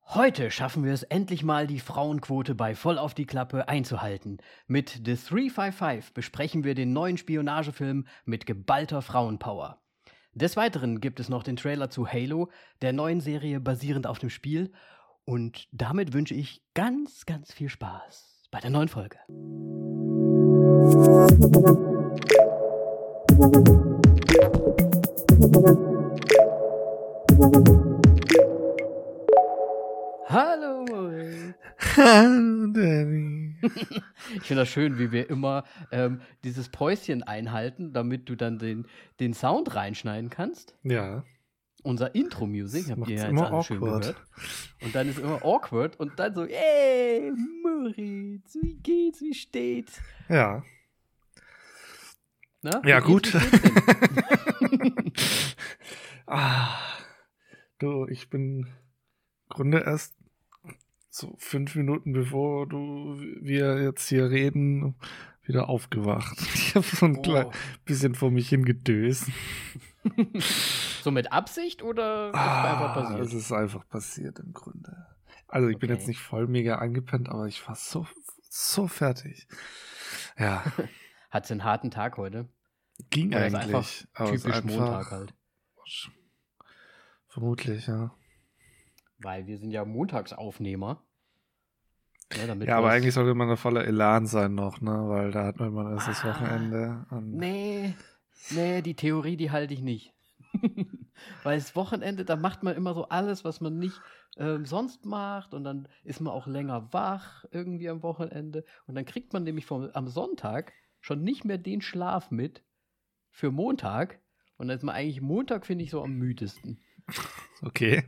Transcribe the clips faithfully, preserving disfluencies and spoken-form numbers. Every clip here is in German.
Heute schaffen wir es endlich mal, die Frauenquote bei Voll auf die Klappe einzuhalten. Mit The drei fünf fünf besprechen wir den neuen Spionagefilm mit geballter Frauenpower. Des Weiteren gibt es noch den Trailer zu Halo, der neuen Serie basierend auf dem Spiel. Und damit wünsche ich ganz, ganz viel Spaß bei der neuen Folge. Hallo Moritz. Hallo Danny. Ich finde das schön, wie wir immer ähm, dieses Päuschen einhalten, damit du dann den, den Sound reinschneiden kannst. Ja. Unser Intro-Music, Das habt ihr macht's ja jetzt immer alle schön awkward. gehört. Und dann ist immer awkward und dann so, ey, Moritz, wie geht's, wie steht's? Ja. Na, Ja, wie gut. geht's, wie geht's denn? ah, du, ich bin im Grunde erst so fünf Minuten bevor du wir jetzt hier reden, wieder aufgewacht. Ich habe so ein Oh. klein bisschen vor mich hingedöst. So mit Absicht oder ist es einfach Ah, passiert? es ist einfach passiert im Grunde. Also ich bin Okay. jetzt nicht voll mega angepennt, aber ich war so, so fertig. Ja, Hat's einen harten Tag heute? ging Oder ist eigentlich. einfach aber es ist typisch einfach- Montag halt? Vermutlich, ja. Weil wir sind ja Montagsaufnehmer. Ja, damit Ja, aber wir's- eigentlich sollte man da voller Elan sein noch, ne? Weil da hat man immer erst das Ah, Wochenende. Und Nee, nee, die Theorie, die halte ich nicht. Weil das Wochenende, da macht man immer so alles, was man nicht ähm, sonst macht. Und dann ist man auch länger wach irgendwie am Wochenende. Und dann kriegt man nämlich vom, am Sonntag schon nicht mehr den Schlaf mit für Montag. Und dann ist man eigentlich Montag, finde ich, so am müdesten. Okay.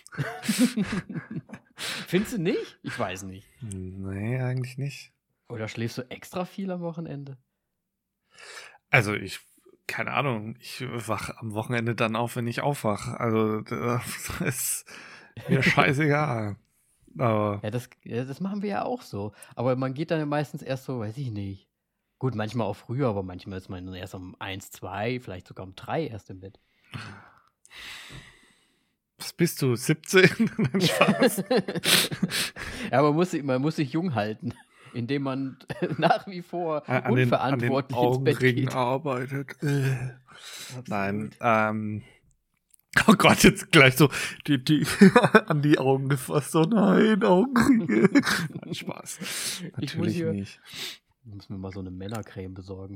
Findest du nicht? Ich weiß nicht. Nee, eigentlich nicht. Oder schläfst du extra viel am Wochenende? Also ich, keine Ahnung, ich wach am Wochenende dann auf, wenn ich aufwache. Also das ist mir scheißegal. Aber Ja, das, ja, das machen wir ja auch so. Aber man geht dann ja meistens erst so, weiß ich nicht. Gut, manchmal auch früher, aber manchmal ist man dann erst um eins, zwei, vielleicht sogar um drei erst im Bett. was bist du, siebzehn? Nein, Spaß. Ja, man muss, sich- man muss sich jung halten, indem man nach wie vor An den, an den unverantwortlich ins Bett Augenringen geht. arbeitet. Äh. Absolut. Nein, ähm. Oh Gott, jetzt gleich so die, die an die Augen gefasst. So, nein, Augenringe. Nein, Spaß. Ich muss Natürlich hier- nicht. Ich muss mir mal so eine Männercreme besorgen.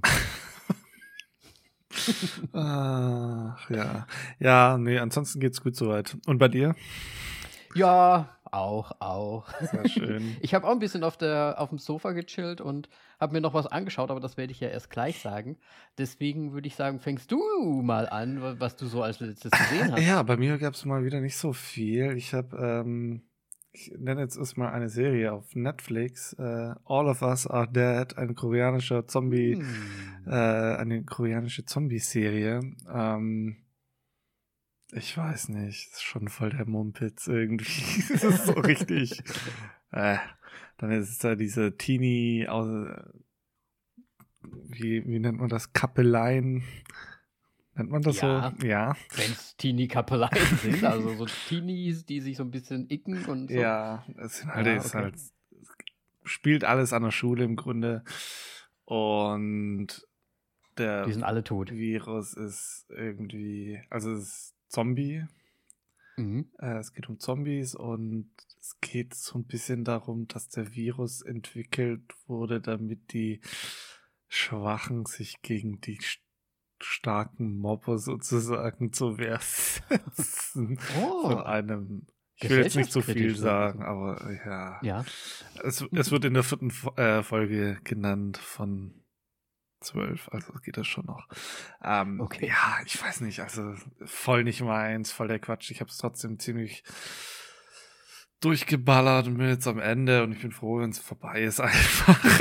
Ach, ja. Ja, nee, ansonsten geht's gut soweit. Und bei dir? Ja, auch, auch. Sehr schön. Ich habe auch ein bisschen auf, der, auf dem Sofa gechillt und habe mir noch was angeschaut, aber das werde ich ja erst gleich sagen. Deswegen würde ich sagen, fängst du mal an, wa- was du so als letztes gesehen hast. Ja, bei mir gab's mal wieder nicht so viel. Ich habe, ähm, ich nenne jetzt erstmal eine Serie auf Netflix. Äh, All of Us Are Dead, ein koreanischer Zombie, Hm. äh, eine koreanische Zombie-Serie. Ähm, ich weiß nicht, ist schon voll der Mumpitz irgendwie. Das ist so richtig. Äh, dann ist es da diese Teenie, aus, wie, wie nennt man das? Kappeleien. Nennt man das Ja. so? Ja. Wenn es Teenie-Kappeleien sind, also so Teenies, die sich so ein bisschen icken und so. Ja, es sind halt, Ja, ist okay. halt, spielt alles an der Schule im Grunde. Und der Die sind alle tot. Virus ist irgendwie, also es ist Zombie. Mhm. Äh, es geht um Zombies und es geht so ein bisschen darum, dass der Virus entwickelt wurde, damit die Schwachen sich gegen die st- starken Mobber sozusagen zur Wehr setzen. Oh. Von einem, ich will jetzt nicht so viel Gesellschaftskritisch so ein sagen, aber ja. Ja. Es, es wird in der vierten Fo- äh, Folge genannt von zwölf, also geht das schon noch. Ähm, Okay. Ja, ich weiß nicht, also voll nicht meins, voll der Quatsch. Ich habe es trotzdem ziemlich durchgeballert und bin jetzt am Ende und ich bin froh, wenn es vorbei ist einfach.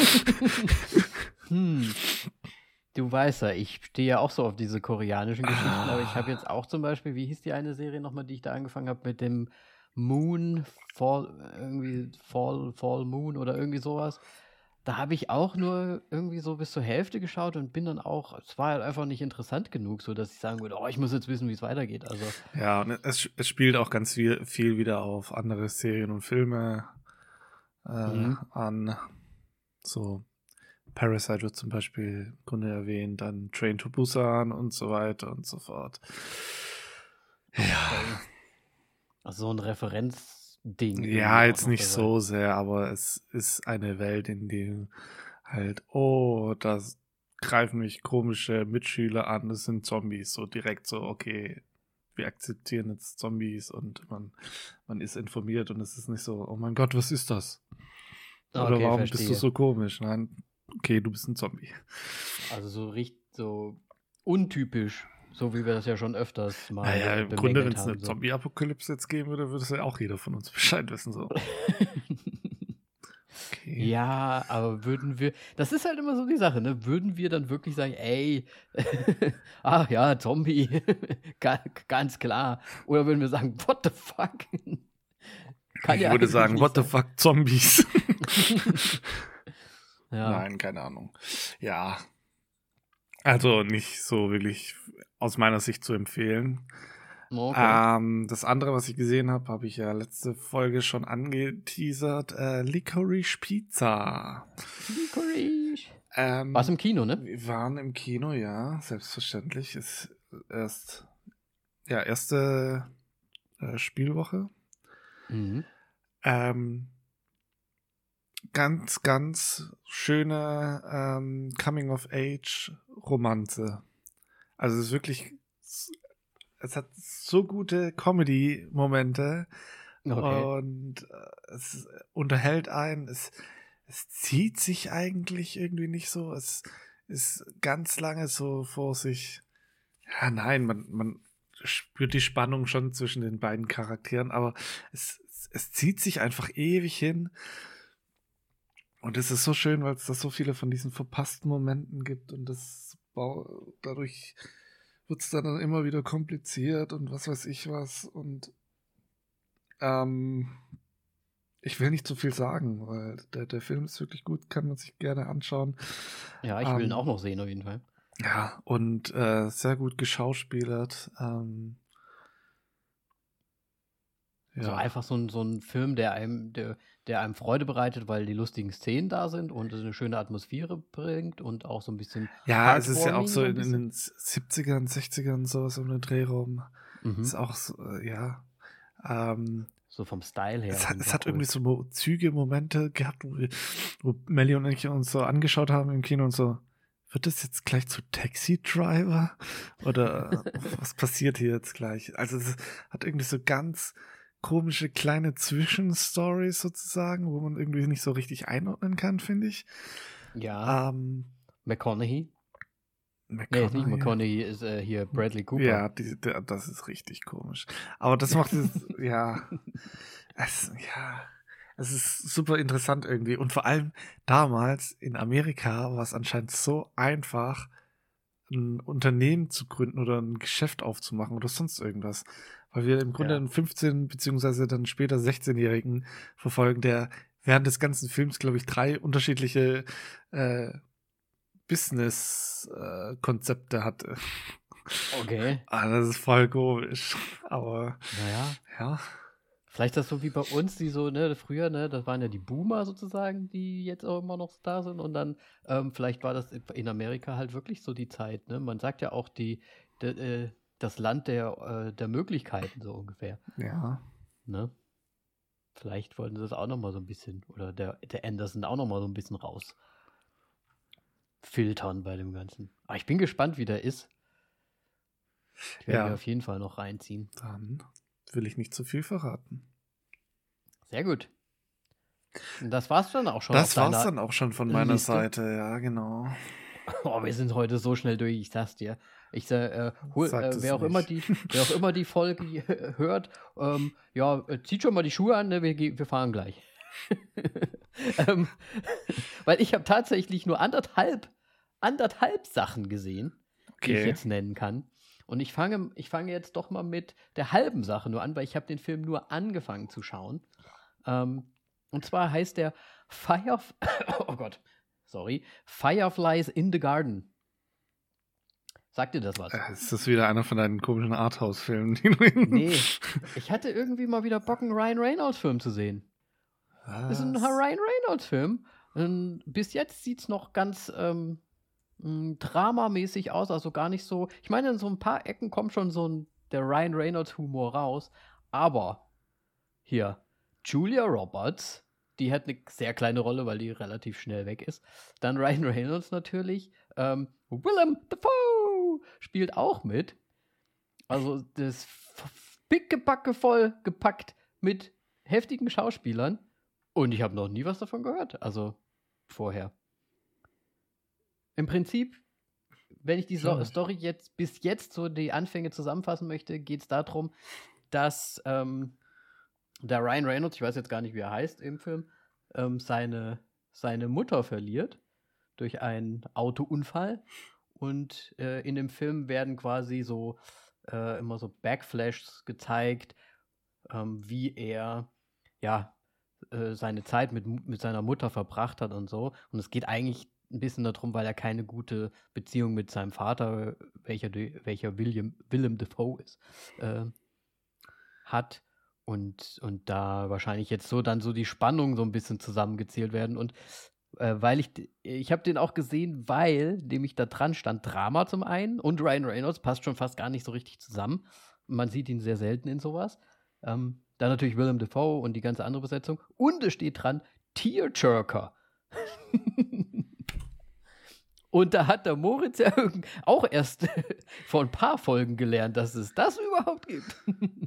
Hm. Du weißt ja, ich stehe ja auch so auf diese koreanischen Geschichten, aber ich habe jetzt auch zum Beispiel, wie hieß die eine Serie nochmal, die ich da angefangen habe, mit dem Moon, Fall, irgendwie Fall, Fall Moon oder irgendwie sowas. da habe ich auch nur irgendwie so bis zur Hälfte geschaut und bin dann auch, es war halt einfach nicht interessant genug, so dass ich sagen würde, oh, ich muss jetzt wissen, wie es weitergeht. Also, Ja, und es, es spielt auch ganz viel, viel wieder auf andere Serien und Filme äh, mhm. an. So Parasite wird zum Beispiel im Grunde erwähnt, dann Train to Busan und so weiter und so fort. Ja, okay. Also so ein Referenzding. ja, irgendwie auch jetzt noch nicht dabei. so sehr, aber es ist eine Welt, in der halt, oh, da greifen mich komische Mitschüler an, das sind Zombies. So direkt so, okay, wir akzeptieren jetzt Zombies und man, man ist informiert und es ist nicht so, oh mein Gott, was ist das? Oder Okay, warum bist du verstehe. so komisch? Nein, okay, du bist ein Zombie. Also so richtig so untypisch, so wie wir das ja schon öfters mal Naja, im Grunde, wenn bemängelt es eine haben. So. Zombie-Apokalypse jetzt geben würde, würde es ja auch jeder von uns Bescheid wissen. So. Okay. Ja, aber würden wir, das ist halt immer so die Sache, ne? Würden wir dann wirklich sagen, ey, ach ja, Zombie, Ga- ganz klar. Oder würden wir sagen, what the fuck? Kann Ich ja würde eigentlich sagen, nicht what the sein. fuck, Zombies? Ja, Nein, keine Ahnung. Ja, also nicht so wirklich aus meiner Sicht zu empfehlen. okay. Ähm, das andere, was ich gesehen habe, habe ich ja letzte Folge schon angeteasert. Äh, Licorice Pizza. Licorice. Ähm, War's im Kino, ne? Wir waren im Kino, ja, selbstverständlich. Ist erst, ja, erste äh, Spielwoche. Mhm. Ähm, ganz, ganz schöne ähm, Coming-of-Age-Romanze. Also es ist wirklich, es hat so gute Comedy-Momente Okay. und äh, es unterhält einen. Es, es zieht sich eigentlich irgendwie nicht so. Es ist ganz lange so vor sich. Ja, nein, man, man spürt die Spannung schon zwischen den beiden Charakteren, aber es, es, es zieht sich einfach ewig hin. Und es ist so schön, weil es da so viele von diesen verpassten Momenten gibt und das bau- dadurch wird es dann immer wieder kompliziert und was weiß ich was. Und ähm, ich will nicht zu viel sagen, weil der, der Film ist wirklich gut, kann man sich gerne anschauen. Ja, ich will ihn Ähm, auch noch sehen, auf jeden Fall. ja, und äh, sehr gut geschauspielert. Ähm, So ja. einfach so ein, so ein Film, der einem, der, der einem Freude bereitet, weil die lustigen Szenen da sind und es eine schöne Atmosphäre bringt und auch so ein bisschen Ja, es ist ja auch heartwarming, so so ein in, in bisschen. den siebzigern, sechzigern sowas um den Dreh rum. Mhm. Ist auch so, äh, ja. Ähm, So vom Style her es auf hat, jeden es Fall hat cool. irgendwie so Mo Züge, Momente gehabt, wo, wir, wo Melly und ich uns so angeschaut haben im Kino und so, wird das jetzt gleich zu Taxi Driver? Oder was passiert hier jetzt gleich? Also es hat irgendwie so ganz komische kleine Zwischenstories sozusagen, wo man irgendwie nicht so richtig einordnen kann, finde ich. Ja, Ähm, McConaughey. Nee, ist nicht McConaughey. McConaughey, ist äh, hier Bradley Cooper. Ja, die, der, das ist richtig komisch. Aber das macht es, ja, es, ja, es ist super interessant irgendwie. Und vor allem damals in Amerika war es anscheinend so einfach, ein Unternehmen zu gründen oder ein Geschäft aufzumachen oder sonst irgendwas. Weil wir im Grunde Ja. einen fünfzehn- beziehungsweise dann später sechzehn-Jährigen verfolgen, der während des ganzen Films, glaube ich, drei unterschiedliche äh, Business-Konzepte hatte. Okay. Ah, das ist voll komisch. Aber Naja, ja. vielleicht das so wie bei uns, die so, ne, früher, ne, das waren ja die Boomer sozusagen, die jetzt auch immer noch da sind und dann, ähm, vielleicht war das in Amerika halt wirklich so die Zeit, ne? Man sagt ja auch die, de, äh, das Land der, äh, der Möglichkeiten, so ungefähr, Ja. ne? Vielleicht wollten sie das auch nochmal so ein bisschen, oder der, der Anderson auch nochmal so ein bisschen raus filtern bei dem Ganzen. Aber ich bin gespannt, wie der ist. Ich werde Ja. mir auf jeden Fall noch reinziehen. Dann will ich nicht zu viel verraten. Sehr gut. Und das war's dann auch schon Das auf war's deiner dann auch schon von meiner Liste. Seite, ja, genau. Oh, wir sind heute so schnell durch, ich sag's dir. Ich sag, äh, hol, Sagt äh, es wer auch immer nicht. die, wer auch immer die Folge äh, hört, ähm, ja, äh, zieht schon mal die Schuhe an, ne, wir, ge- wir fahren gleich. ähm, weil ich habe tatsächlich nur anderthalb, anderthalb Sachen gesehen, die ich Okay. jetzt nennen kann. Und ich fange, ich fange jetzt doch mal mit der halben Sache nur an, weil ich habe den Film nur angefangen zu schauen. Ähm, und zwar heißt der Fire, oh Gott, sorry, Fireflies in the Garden. Sagt dir das was? Äh, Ist das wieder einer von deinen komischen Arthouse-Filmen? Nee, ich hatte irgendwie mal wieder Bock, einen Ryan Reynolds-Film zu sehen. Das ist ein Was? Ryan Reynolds-Film. Ähm, Bis jetzt sieht es noch ganz ähm, m, dramamäßig aus, also gar nicht so. Ich meine, in so ein paar Ecken kommt schon so ein, der Ryan Reynolds-Humor raus. Aber hier, Julia Roberts, die hat eine sehr kleine Rolle, weil die relativ schnell weg ist. Dann Ryan Reynolds natürlich. Ähm, Willem Dafoe spielt auch mit. Also das f- pickebacke voll gepackt mit heftigen Schauspielern. Und ich habe noch nie was davon gehört. Also vorher. Im Prinzip, wenn ich die so Ja. Story jetzt bis jetzt so die Anfänge zusammenfassen möchte, geht es darum, dass ähm, der Ryan Reynolds, ich weiß jetzt gar nicht, wie er heißt im Film, ähm, seine, seine Mutter verliert durch einen Autounfall. Und äh, in dem Film werden quasi so äh, immer so Backflashes gezeigt, ähm, wie er ja äh, seine Zeit mit, Mu- mit seiner Mutter verbracht hat und so. Und es geht eigentlich ein bisschen darum, weil er keine gute Beziehung mit seinem Vater, welcher, de- welcher William, Willem Dafoe ist, äh, hat. Und, und da wahrscheinlich jetzt so dann so die Spannungen so ein bisschen zusammengezählt werden. Und äh, weil ich, d- ich habe den auch gesehen, weil nämlich da dran stand Drama zum einen und Ryan Reynolds passt schon fast gar nicht so richtig zusammen. Man sieht ihn sehr selten in sowas. Ähm, dann natürlich Willem Dafoe und die ganze andere Besetzung. Und es steht dran Tearjerker. Und da hat der Moritz ja irgend- auch erst vor ein paar Folgen gelernt, dass es das überhaupt gibt.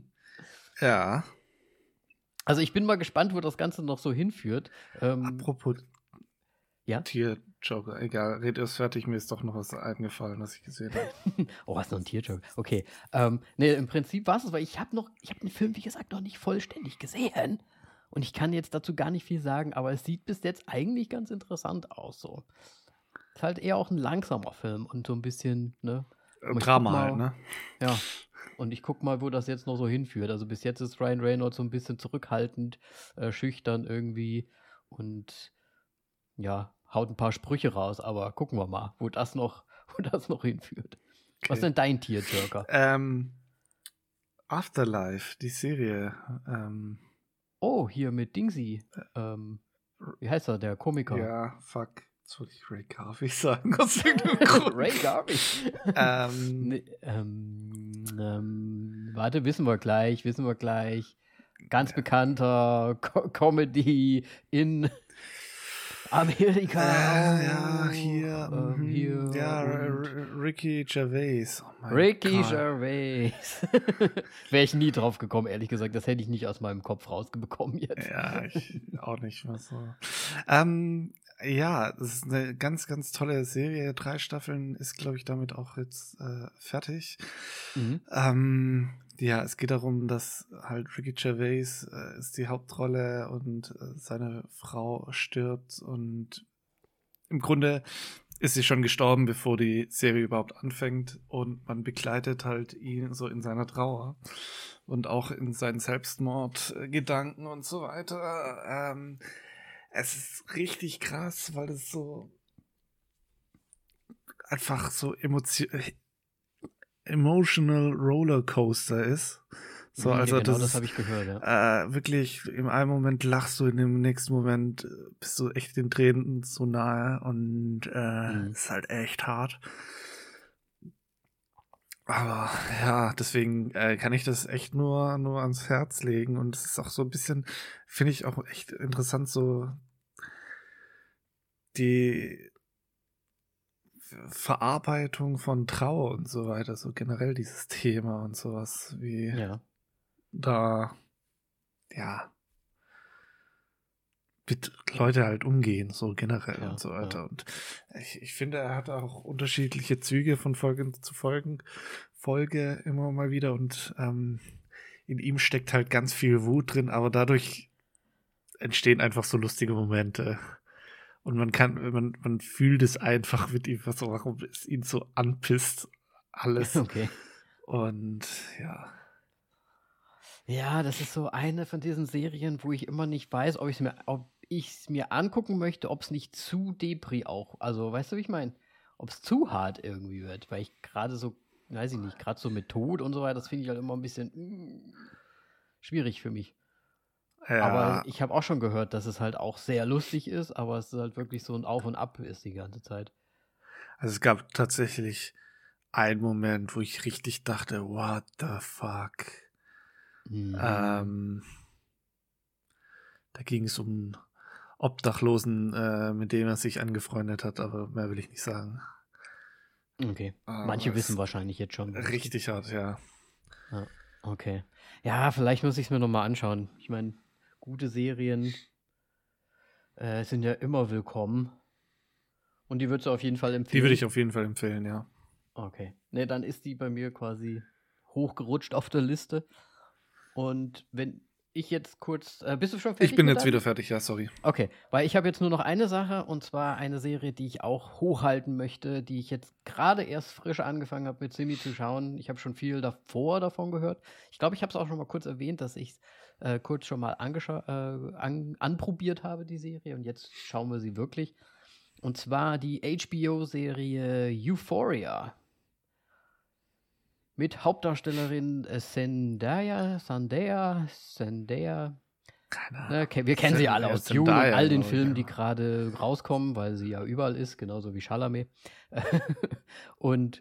Ja. Also ich bin mal gespannt, wo das Ganze noch so hinführt. Ähm, Apropos ja? Tier-Joker, egal, red erst fertig, mir ist doch noch was eingefallen, was ich gesehen habe. Oh, was noch ein Tierjoke. Okay. Ähm, nee, im Prinzip war es das, weil ich habe noch, ich habe den Film, wie gesagt, noch nicht vollständig gesehen. Und ich kann jetzt dazu gar nicht viel sagen, aber es sieht bis jetzt eigentlich ganz interessant aus. So. Ist halt eher auch ein langsamer Film und so ein bisschen, ne? Äh, Aber ich Drama guck halt, mal- ne? Ja. Und ich guck mal, wo das jetzt noch so hinführt. Also bis jetzt ist Ryan Reynolds so ein bisschen zurückhaltend, äh, schüchtern irgendwie und ja, haut ein paar Sprüche raus, aber gucken wir mal, wo das noch, wo das noch hinführt. Was ist Okay. denn dein Tier, Joker? Ähm, Afterlife, die Serie. Ähm, Oh, hier mit Dingsy. Ähm, wie heißt er, der Komiker? ja, fuck. Jetzt wollte ich Ray Garvey sagen. Aus irgendeinem Grund. Ray Garvey. Ähm, Nee, ähm, ähm, warte, wissen wir gleich, wissen wir gleich. Ganz bekannter Co Comedy in Amerika. äh, ja, auch. hier, Ähm, mhm, hier ja, R- und R- Ricky Gervais. Oh mein Ricky Gott. Gervais. Wäre ich nie drauf gekommen, ehrlich gesagt. Das hätte ich nicht aus meinem Kopf rausbekommen jetzt. Ja, ich auch nicht mehr so. Ähm, ja, das ist eine ganz, ganz tolle Serie. Drei Staffeln ist, glaube ich, damit auch jetzt äh, fertig. Mhm. Ähm, ja, es geht darum, dass halt Ricky Gervais äh, ist die Hauptrolle und äh, seine Frau stirbt und im Grunde ist sie schon gestorben, bevor die Serie überhaupt anfängt und man begleitet halt ihn so in seiner Trauer und auch in seinen Selbstmordgedanken und so weiter. Ähm, es ist richtig krass, weil es so einfach so emotio emotional Rollercoaster ist. So, Ja, also genau, das, das ist, habe ich gehört, ja. äh, wirklich, im einen Moment lachst du, in dem nächsten Moment äh, bist du echt den Tränen so nahe und äh, Mhm. ist halt echt hart. Aber ja, deswegen äh, kann ich das echt nur, nur ans Herz legen und es ist auch so ein bisschen, finde ich auch echt interessant, so die Verarbeitung von Trauer und so weiter, so generell dieses Thema und sowas, wie Ja. da, ja, mit Leute halt umgehen, so generell Ja, und so weiter. ja. Und ich, ich finde, er hat auch unterschiedliche Züge von Folge zu Folgen, Folge immer mal wieder und ähm, in ihm steckt halt ganz viel Wut drin, aber dadurch entstehen einfach so lustige Momente. Und man kann, man, man fühlt es einfach mit ihm, was, warum es ihn so anpisst, alles. Okay. Und ja. Ja, das ist so eine von diesen Serien, wo ich immer nicht weiß, ob ich mir, ob ich es mir angucken möchte, ob es nicht zu Depri auch, also weißt du, wie ich meine? Ob es zu hart irgendwie wird, weil ich gerade so, weiß ich nicht, gerade so mit Tod und so weiter, das finde ich halt immer ein bisschen mm, schwierig für mich. Ja, Aber ich habe auch schon gehört, dass es halt auch sehr lustig ist, aber es ist halt wirklich so ein Auf und Ab ist die ganze Zeit. also es gab tatsächlich einen Moment, wo ich richtig dachte, what the fuck? Mhm. Ähm, da ging es um einen Obdachlosen, äh, mit dem er sich angefreundet hat, aber mehr will ich nicht sagen. Okay. Aber Manche es wissen wahrscheinlich jetzt schon. worum es geht. richtig hart, ja. Ja, okay. Ja, vielleicht muss ich es mir nochmal anschauen. Ich meine, gute Serien äh, sind ja immer willkommen. Und die würdest du auf jeden Fall empfehlen? Die würde ich auf jeden Fall empfehlen, ja. Okay. Ne, dann ist die bei mir quasi hochgerutscht auf der Liste. Und wenn ich jetzt kurz. Äh, bist du schon fertig? Ich bin mit jetzt deinem? wieder fertig, ja, sorry. Okay, weil ich habe jetzt nur noch eine Sache und zwar eine Serie, die ich auch hochhalten möchte, die ich jetzt gerade erst frisch angefangen habe mit Simi zu schauen. Ich habe schon viel davor davon gehört. Ich glaube, ich habe es auch schon mal kurz erwähnt, dass ich es äh, kurz schon mal angescha- äh, an anprobiert habe, die Serie. Und jetzt schauen wir sie wirklich. Und zwar die H B O-Serie Euphoria. Mit Hauptdarstellerin äh, Zendaya, Zendaya, Zendaya. Keine Ahnung. Ne, ke- wir kennen sie alle Zendaya, aus Dune und Zendaya, all den glaub ich, Filmen, ja. die gerade rauskommen, weil sie ja überall ist, genauso wie Chalamet. Und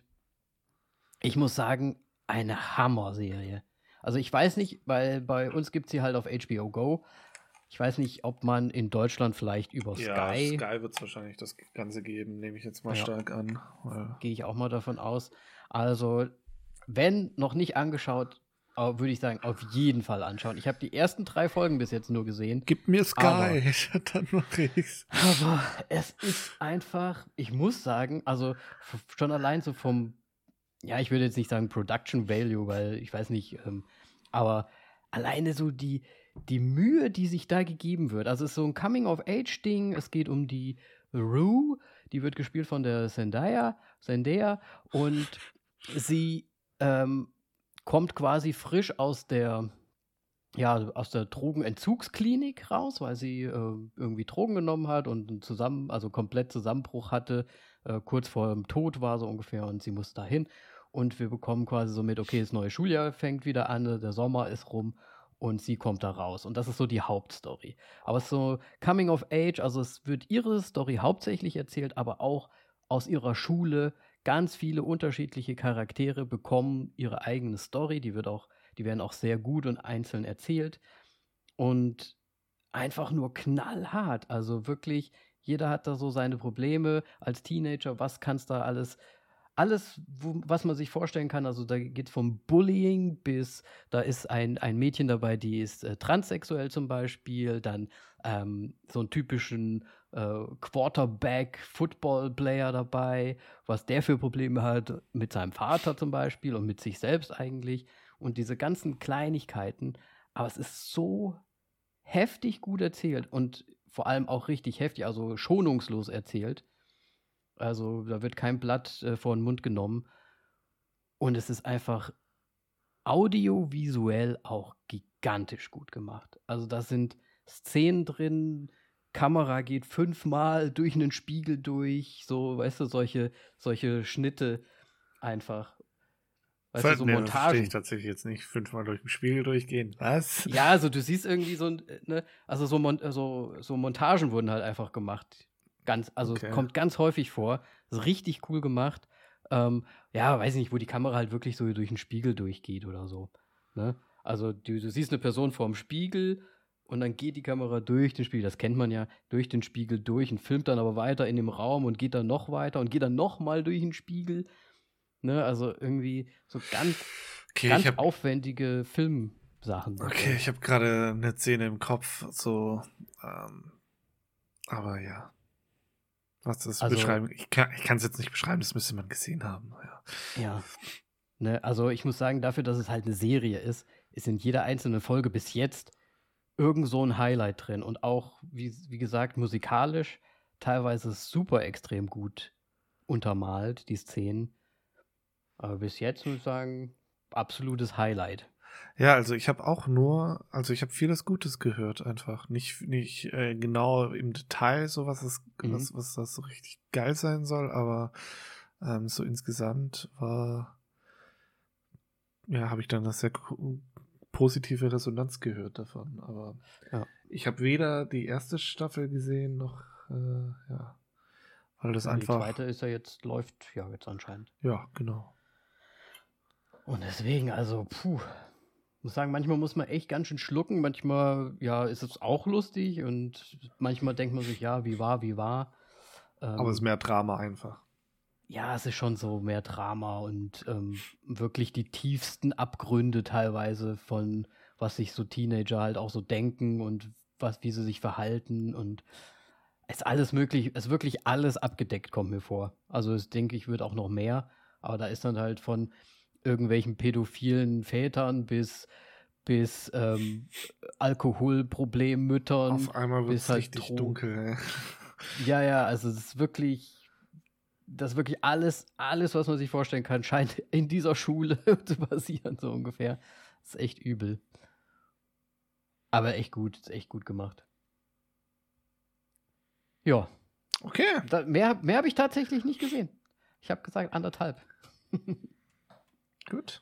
ich muss sagen, eine Hammer-Serie. Also ich weiß nicht, weil bei uns gibt es sie halt auf H B O Go. Ich weiß nicht, ob man in Deutschland vielleicht über Ja, Sky, Sky wird es wahrscheinlich das Ganze geben, nehme ich jetzt mal Ja. stark an. weil- gehe ich auch mal davon aus. Also, wenn noch nicht angeschaut, äh, würde ich sagen, auf jeden Fall anschauen. Ich habe die ersten drei Folgen bis jetzt nur gesehen. Gib mir Sky, Aber- dann mach ich's. Aber es ist einfach, ich muss sagen, also f- schon allein so vom, ja, ich würde jetzt nicht sagen Production Value, weil ich weiß nicht, ähm, aber alleine so die, die Mühe, die sich da gegeben wird. Also es ist so ein Coming-of-Age-Ding, es geht um die Rue, die wird gespielt von der Zendaya, Zendaya und sie ähm, kommt quasi frisch aus der ja, aus der Drogenentzugsklinik raus, weil sie äh, irgendwie Drogen genommen hat und einen zusammen, also komplett Zusammenbruch hatte, äh, kurz vor dem Tod war so ungefähr und sie muss dahin. Und wir bekommen quasi so mit, okay, das neue Schuljahr fängt wieder an, der Sommer ist rum und sie kommt da raus. Und das ist so die Hauptstory. Aber es ist so Coming of Age, also es wird ihre Story hauptsächlich erzählt, aber auch aus ihrer Schule. Ganz viele unterschiedliche Charaktere bekommen ihre eigene Story, die wird auch die werden auch sehr gut und einzeln erzählt. Und einfach nur knallhart. Also wirklich, jeder hat da so seine Probleme als Teenager. Was kannst da alles, alles, wo, was man sich vorstellen kann. Also da geht vom Bullying bis, da ist ein, ein Mädchen dabei, die ist äh, transsexuell zum Beispiel. Dann ähm, so einen typischen äh, Quarterback-Football-Player dabei, was der für Probleme hat mit seinem Vater zum Beispiel und mit sich selbst eigentlich. Und diese ganzen Kleinigkeiten, aber es ist so heftig gut erzählt und vor allem auch richtig heftig, also schonungslos erzählt. Also da wird kein Blatt äh, vor den Mund genommen. Und es ist einfach audiovisuell auch gigantisch gut gemacht. Also da sind Szenen drin, Kamera geht fünfmal durch einen Spiegel durch, so, weißt du, solche, solche Schnitte einfach. Weißt du, so Nee, das verstehe ich Montagen. tatsächlich jetzt nicht. Fünfmal durch den Spiegel durchgehen. Was? Ja, also du siehst irgendwie so, ein, äh, ne, also so, Mon so, so Montagen wurden halt einfach gemacht. Ganz, also Okay. kommt ganz häufig vor. Ist richtig cool gemacht. Ähm, ja, weiß ich nicht, wo die Kamera halt wirklich so durch den Spiegel durchgeht oder so. Ne? Also du, du siehst eine Person vorm Spiegel und dann geht die Kamera durch den Spiegel, das kennt man ja, durch den Spiegel durch und filmt dann aber weiter in dem Raum und geht dann noch weiter und geht dann noch mal durch den Spiegel. Ne? Also irgendwie so ganz, Okay, ganz ich habe aufwendige Filmsachen. okay, ich habe gerade eine Szene im Kopf, so, ähm, aber ja. Was das Also- beschreiben? Ich kann ich kann es jetzt nicht beschreiben, das müsste man gesehen haben. Ja. Ja. Ne, also ich muss sagen, dafür, dass es halt eine Serie ist, ist in jeder einzelnen Folge bis jetzt irgend so ein Highlight drin. Und auch, wie, wie gesagt, musikalisch teilweise super extrem gut untermalt, die Szenen. Aber bis jetzt muss ich sagen, absolutes Highlight. Ja, also ich habe auch nur, also ich habe vieles Gutes gehört einfach. Nicht, nicht äh, genau im Detail so, was das, Mhm. was, was das so richtig geil sein soll, aber ähm, so insgesamt war, ja, habe ich dann eine sehr ko- positive Resonanz gehört davon. Aber Ja. ich habe weder die erste Staffel gesehen, noch, äh, ja, weil das Ja, die einfach, zweite ist ja jetzt, läuft ja jetzt anscheinend. ja, genau. Und deswegen, also, puh. Ich muss sagen, manchmal muss man echt ganz schön schlucken. Manchmal, ja, ist es auch lustig und manchmal denkt man sich, ja, wie war, wie war. Aber es ist Ähm, mehr Drama einfach. ja, es ist schon so mehr Drama und ähm, wirklich die tiefsten Abgründe teilweise von, was sich so Teenager halt auch so denken und was, wie sie sich verhalten und es ist alles möglich, es ist wirklich alles abgedeckt, kommt mir vor. Also ich denke, ich würde auch noch mehr, aber da ist dann halt von irgendwelchen pädophilen Vätern bis, bis ähm, Alkoholproblemmüttern, Auf einmal wird bis es halt richtig Dro dunkel. ja, ja, also es ist wirklich, das ist wirklich alles, alles, was man sich vorstellen kann, scheint in dieser Schule zu passieren, so ungefähr. Das ist echt übel. Aber echt gut, ist echt gut gemacht. Ja, Okay. da, mehr, mehr habe ich tatsächlich nicht gesehen. Ich habe gesagt anderthalb. Gut.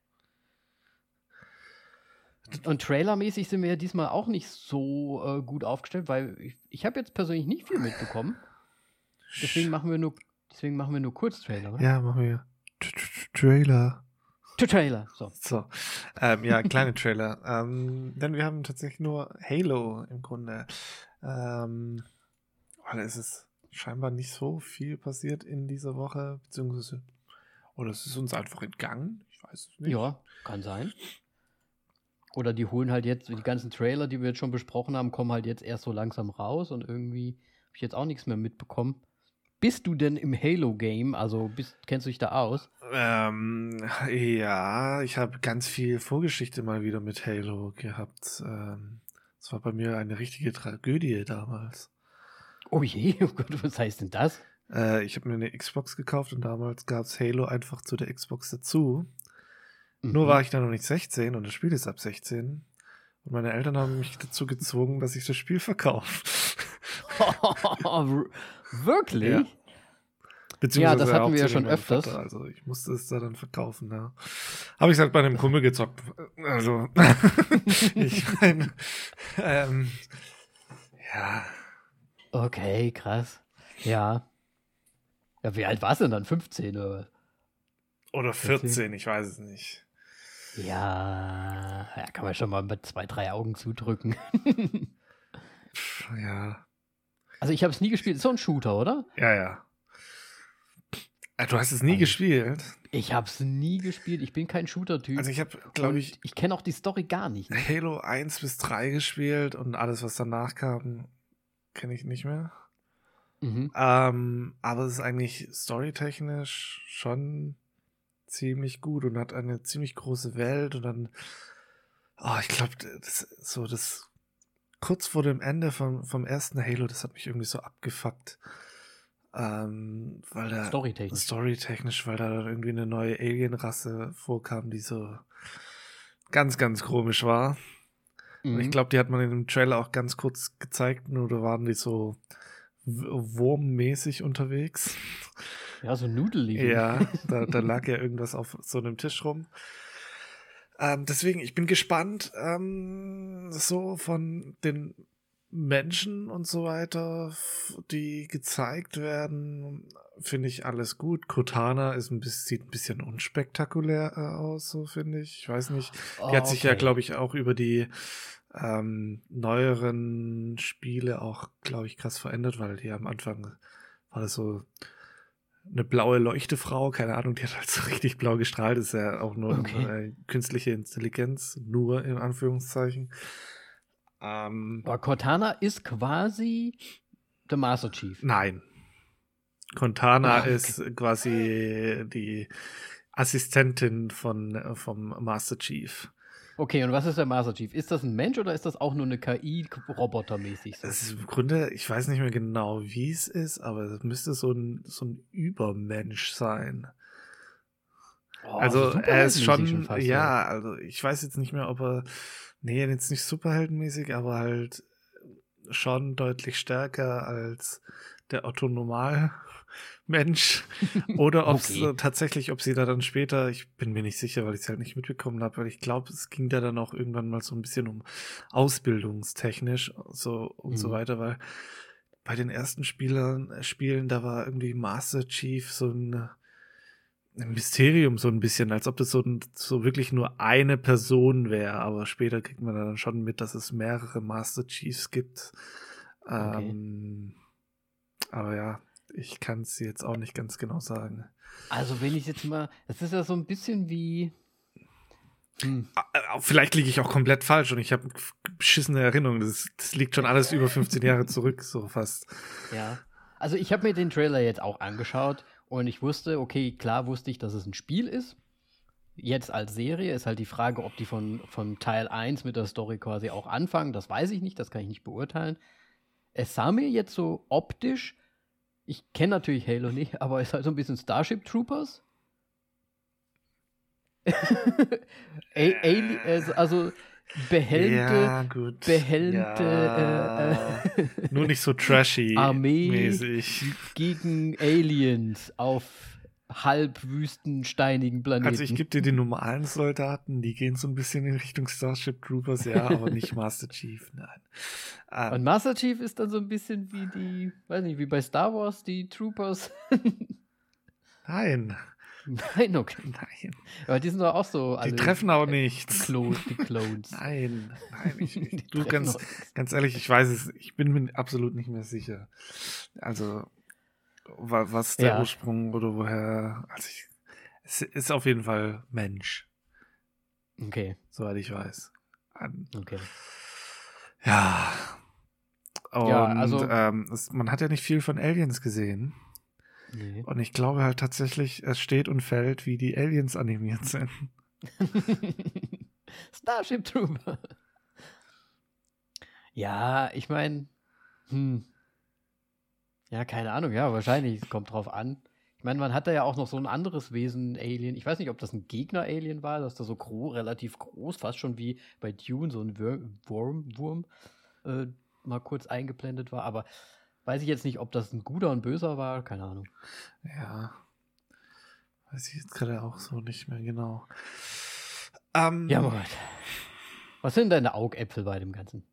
Und trailermäßig sind wir ja diesmal auch nicht so äh, gut aufgestellt, weil ich, ich habe jetzt persönlich nicht viel mitbekommen. Deswegen machen wir nur, deswegen machen wir nur Kurztrailer, oder? Ja, machen wir. T- T- Trailer. To Trailer, so. So. Ähm, ja, kleine Trailer. ähm, denn wir haben tatsächlich nur Halo im Grunde. Ähm, weil es ist scheinbar nicht so viel passiert in dieser Woche, beziehungsweise, oder es ist uns einfach entgangen. Ich weiß es nicht. Ja, kann sein. Oder die holen halt jetzt, die ganzen Trailer, die wir jetzt schon besprochen haben, kommen halt jetzt erst so langsam raus und irgendwie habe ich jetzt auch nichts mehr mitbekommen. Bist du denn im Halo-Game? Also bist, kennst du dich da aus? Ähm, ja, ich habe ganz viel Vorgeschichte mal wieder mit Halo gehabt. Ähm, das war bei mir eine richtige Tragödie damals. Oh je, oh Gott, was heißt denn das? Äh, ich habe mir eine Xbox gekauft und damals gab es Halo einfach zu der Xbox dazu. Nur Mhm. war ich da noch nicht sechzehn und das Spiel ist ab sechzehn. Und meine Eltern haben mich dazu gezwungen, dass ich das Spiel verkaufe. Wirklich? Ja. Ja, Beziehungsweise das hatten wir ja hauptsächlich schon mein öfters. Vater. Also ich musste es da dann verkaufen. Ja. Habe ich halt bei einem Kumpel gezockt. Also ich meine, ähm, ja. Okay, krass. Ja. Ja, wie alt warst du denn dann? fünfzehn oder was? Oder vierzehn, ich weiß es nicht. Ja, ja, kann man schon mal mit zwei, drei Augen zudrücken. Pff, ja. Also ich habe es nie gespielt. Ist so ein Shooter, oder? Ja, ja. Äh, Du hast es nie Also, gespielt. Ich habe es nie gespielt. Ich bin kein Shooter-Typ. Also ich habe, glaube und ich, ich kenne auch die Story gar nicht. Ne? Halo eins bis drei gespielt und alles, was danach kam, kenne ich nicht mehr. Mhm. Ähm, aber es ist eigentlich storytechnisch schon ziemlich gut und hat eine ziemlich große Welt und dann, oh, ich glaube, das so das kurz vor dem Ende vom, vom ersten Halo, das hat mich irgendwie so abgefuckt. Ähm, weil da Storytechnisch. storytechnisch, weil da dann irgendwie eine neue Alienrasse vorkam, die so ganz, ganz komisch war. Und ich Mhm. glaube, die hat man in dem Trailer auch ganz kurz gezeigt, nur da waren die so w- wurmmäßig unterwegs. Ja, so nudelig. Ja, da, da lag ja irgendwas auf so einem Tisch rum. Ähm, deswegen, ich bin gespannt, ähm, so von den Menschen und so weiter, f- die gezeigt werden, finde ich alles gut. Cortana ist ein bisschen, sieht ein bisschen unspektakulär äh, aus, so finde ich. Ich weiß nicht. Oh, Die hat sich ja, okay. glaube ich, auch über die ähm, neueren Spiele auch, glaube ich, krass verändert, weil die am Anfang war das so eine blaue Leuchtefrau, keine Ahnung, die hat halt so richtig blau gestrahlt, ist ja auch nur Okay. eine, äh, künstliche Intelligenz, nur in Anführungszeichen. Ähm, Aber Cortana ist quasi der Master Chief. nein. Cortana Ah, okay. ist quasi die Assistentin von, vom Master Chief. Okay, und was ist der Master Chief? Ist das ein Mensch oder ist das auch nur eine K I-Robotermäßig so? Es ist im Grunde, ich weiß nicht mehr genau, wie es ist, aber es müsste so ein, so ein Übermensch sein. Oh, so Also er ist superheldenmäßig schon schon, fast, oder? ja, also ich weiß jetzt nicht mehr, ob er, nee, jetzt nicht superheldenmäßig, aber halt schon deutlich stärker als der Otto Normal-Mensch. Oder ob es Okay. äh, tatsächlich, ob sie da dann später, ich bin mir nicht sicher, weil ich es halt nicht mitbekommen habe, weil ich glaube, es ging da dann auch irgendwann mal so ein bisschen um ausbildungstechnisch so und so Mhm. weiter, weil bei den ersten Spielern, äh, Spielen, da war irgendwie Master Chief so ein ein Mysterium so ein bisschen, als ob das so, ein, so wirklich nur eine Person wäre, aber später kriegt man dann schon mit, dass es mehrere Master Chiefs gibt. Okay. Ähm, aber ja, ich kann es jetzt auch nicht ganz genau sagen. Also wenn ich jetzt mal, das ist ja so ein bisschen wie, hm, Äh, Vielleicht liege ich auch komplett falsch und ich habe beschissene Erinnerungen. Das, das liegt schon alles über fünfzehn Jahre zurück, so fast. ja. Also ich habe mir den Trailer jetzt auch angeschaut und ich wusste, okay, klar wusste ich, dass es ein Spiel ist. Jetzt als Serie ist halt die Frage, ob die von, von Teil eins mit der Story quasi auch anfangen. Das weiß ich nicht, das kann ich nicht beurteilen. Es sah mir jetzt so optisch, ich kenne natürlich Halo nicht, aber es ist halt so ein bisschen Starship Troopers. A- Ali- also, also behelmte, Ja, gut. behelmte Ja. äh, äh, Nur nicht so trashy Armee mäßig. gegen Aliens auf halbwüsten, steinigen Planeten. Also ich gebe dir die normalen Soldaten, die gehen so ein bisschen in Richtung Starship Troopers, ja, aber nicht Master Chief, nein. Ähm, Und Master Chief ist dann so ein bisschen wie die, weiß nicht, wie bei Star Wars, die Troopers. nein, Nein, okay. nein. Aber die sind doch auch so Die alle treffen auch äh, nichts. Clo die Clones. Nein, nein, ich, ich, Die du treffen ganz, auch nichts. ganz ehrlich, ich weiß es, ich bin mir absolut nicht mehr sicher. Also, wa- was der Ja, Ursprung oder woher, also ich, es ist auf jeden Fall Mensch, okay, soweit ich weiß. An, okay. ja, Ja, und also, ähm, es, man hat ja nicht viel von Aliens gesehen. nee. Und ich glaube halt tatsächlich, es steht und fällt, wie die Aliens animiert sind. Starship Trooper. Ja, ich meine, hm, ja, keine Ahnung, ja, wahrscheinlich, es kommt drauf an. Ich meine, man hat da ja auch noch so ein anderes Wesen, Alien. Ich weiß nicht, ob das ein Gegner-Alien war, dass da so gro relativ groß, fast schon wie bei Dune, so ein Wür Wurm, Wurm äh, mal kurz eingeblendet war. Aber weiß ich jetzt nicht, ob das ein guter und böser war, keine Ahnung. Ja, weiß ich jetzt gerade auch so nicht mehr genau. Ähm, Ja, Moritz. Was sind deine Augäpfel bei dem Ganzen?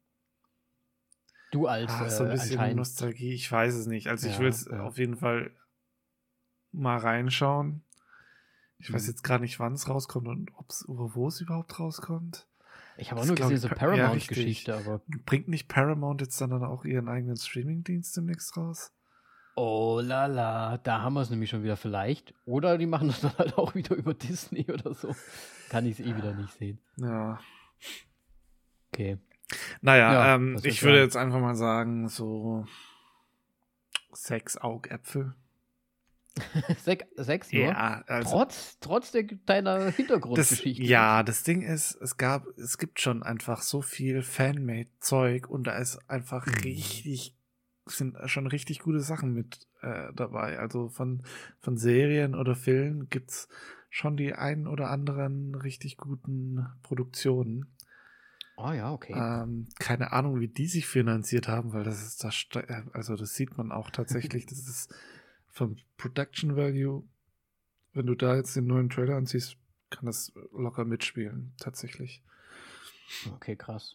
Du als ah, äh, so ein bisschen anscheinend. Nostalgie, ich weiß es nicht. Also ich Ja, will es ja. auf jeden Fall mal reinschauen. Ich weiß Mhm. jetzt gar nicht, wann es rauskommt und ob's, oder wo es überhaupt rauskommt. Ich habe auch Das nur glaub gesehen, ich, so Pa- ja, Paramount-Geschichte, aber. Bringt nicht Paramount jetzt dann auch ihren eigenen Streaming-Dienst demnächst raus? Oh la la, da haben wir es nämlich schon wieder vielleicht. Oder die machen das dann halt auch wieder über Disney oder so. Kann ich es eh wieder nicht sehen. Ja. Okay. Naja, Ja, ähm, was ich willst du würde sagen? jetzt einfach mal sagen, so sechs Augäpfel. Sech, sechs nur? Ja, also Trotz, trotz der, deiner das, Hintergrundgeschichte. ja, das Ding ist, es gab, es gibt schon einfach so viel Fanmade-Zeug und da ist einfach Mhm. richtig, sind schon richtig gute Sachen mit äh, dabei. Also von, von Serien oder Filmen gibt's schon die ein oder anderen richtig guten Produktionen. Oh ja, okay. Ähm, keine Ahnung, wie die sich finanziert haben, weil das ist das, ste- äh, also das sieht man auch tatsächlich, das ist vom Production Value, wenn du da jetzt den neuen Trailer ansiehst, kann das locker mitspielen, tatsächlich. Okay, krass.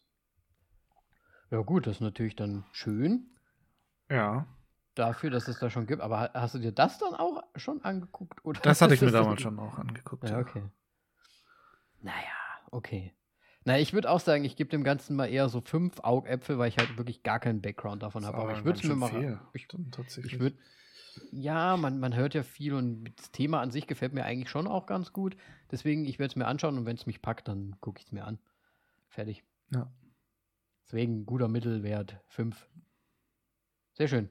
Ja gut, das ist natürlich dann schön Ja, dafür, dass es da schon gibt. Aber ha- hast du dir das dann auch schon angeguckt? Oder das hatte ich ist mir das damals dann- schon auch angeguckt. Ja, Ja, okay. Naja, okay. Na, ich würde auch sagen, ich gebe dem Ganzen mal eher so fünf Augäpfel, weil ich halt wirklich gar keinen Background davon Das ist habe. Aber aber ich würde ganz es mir schön mal. viel, Ich, dann tatsächlich. ich würde. Ja, man, man hört ja viel und das Thema an sich gefällt mir eigentlich schon auch ganz gut. Deswegen, ich werde es mir anschauen und wenn es mich packt, dann gucke ich es mir an. Fertig. Ja. Deswegen guter Mittelwert fünf. Sehr schön.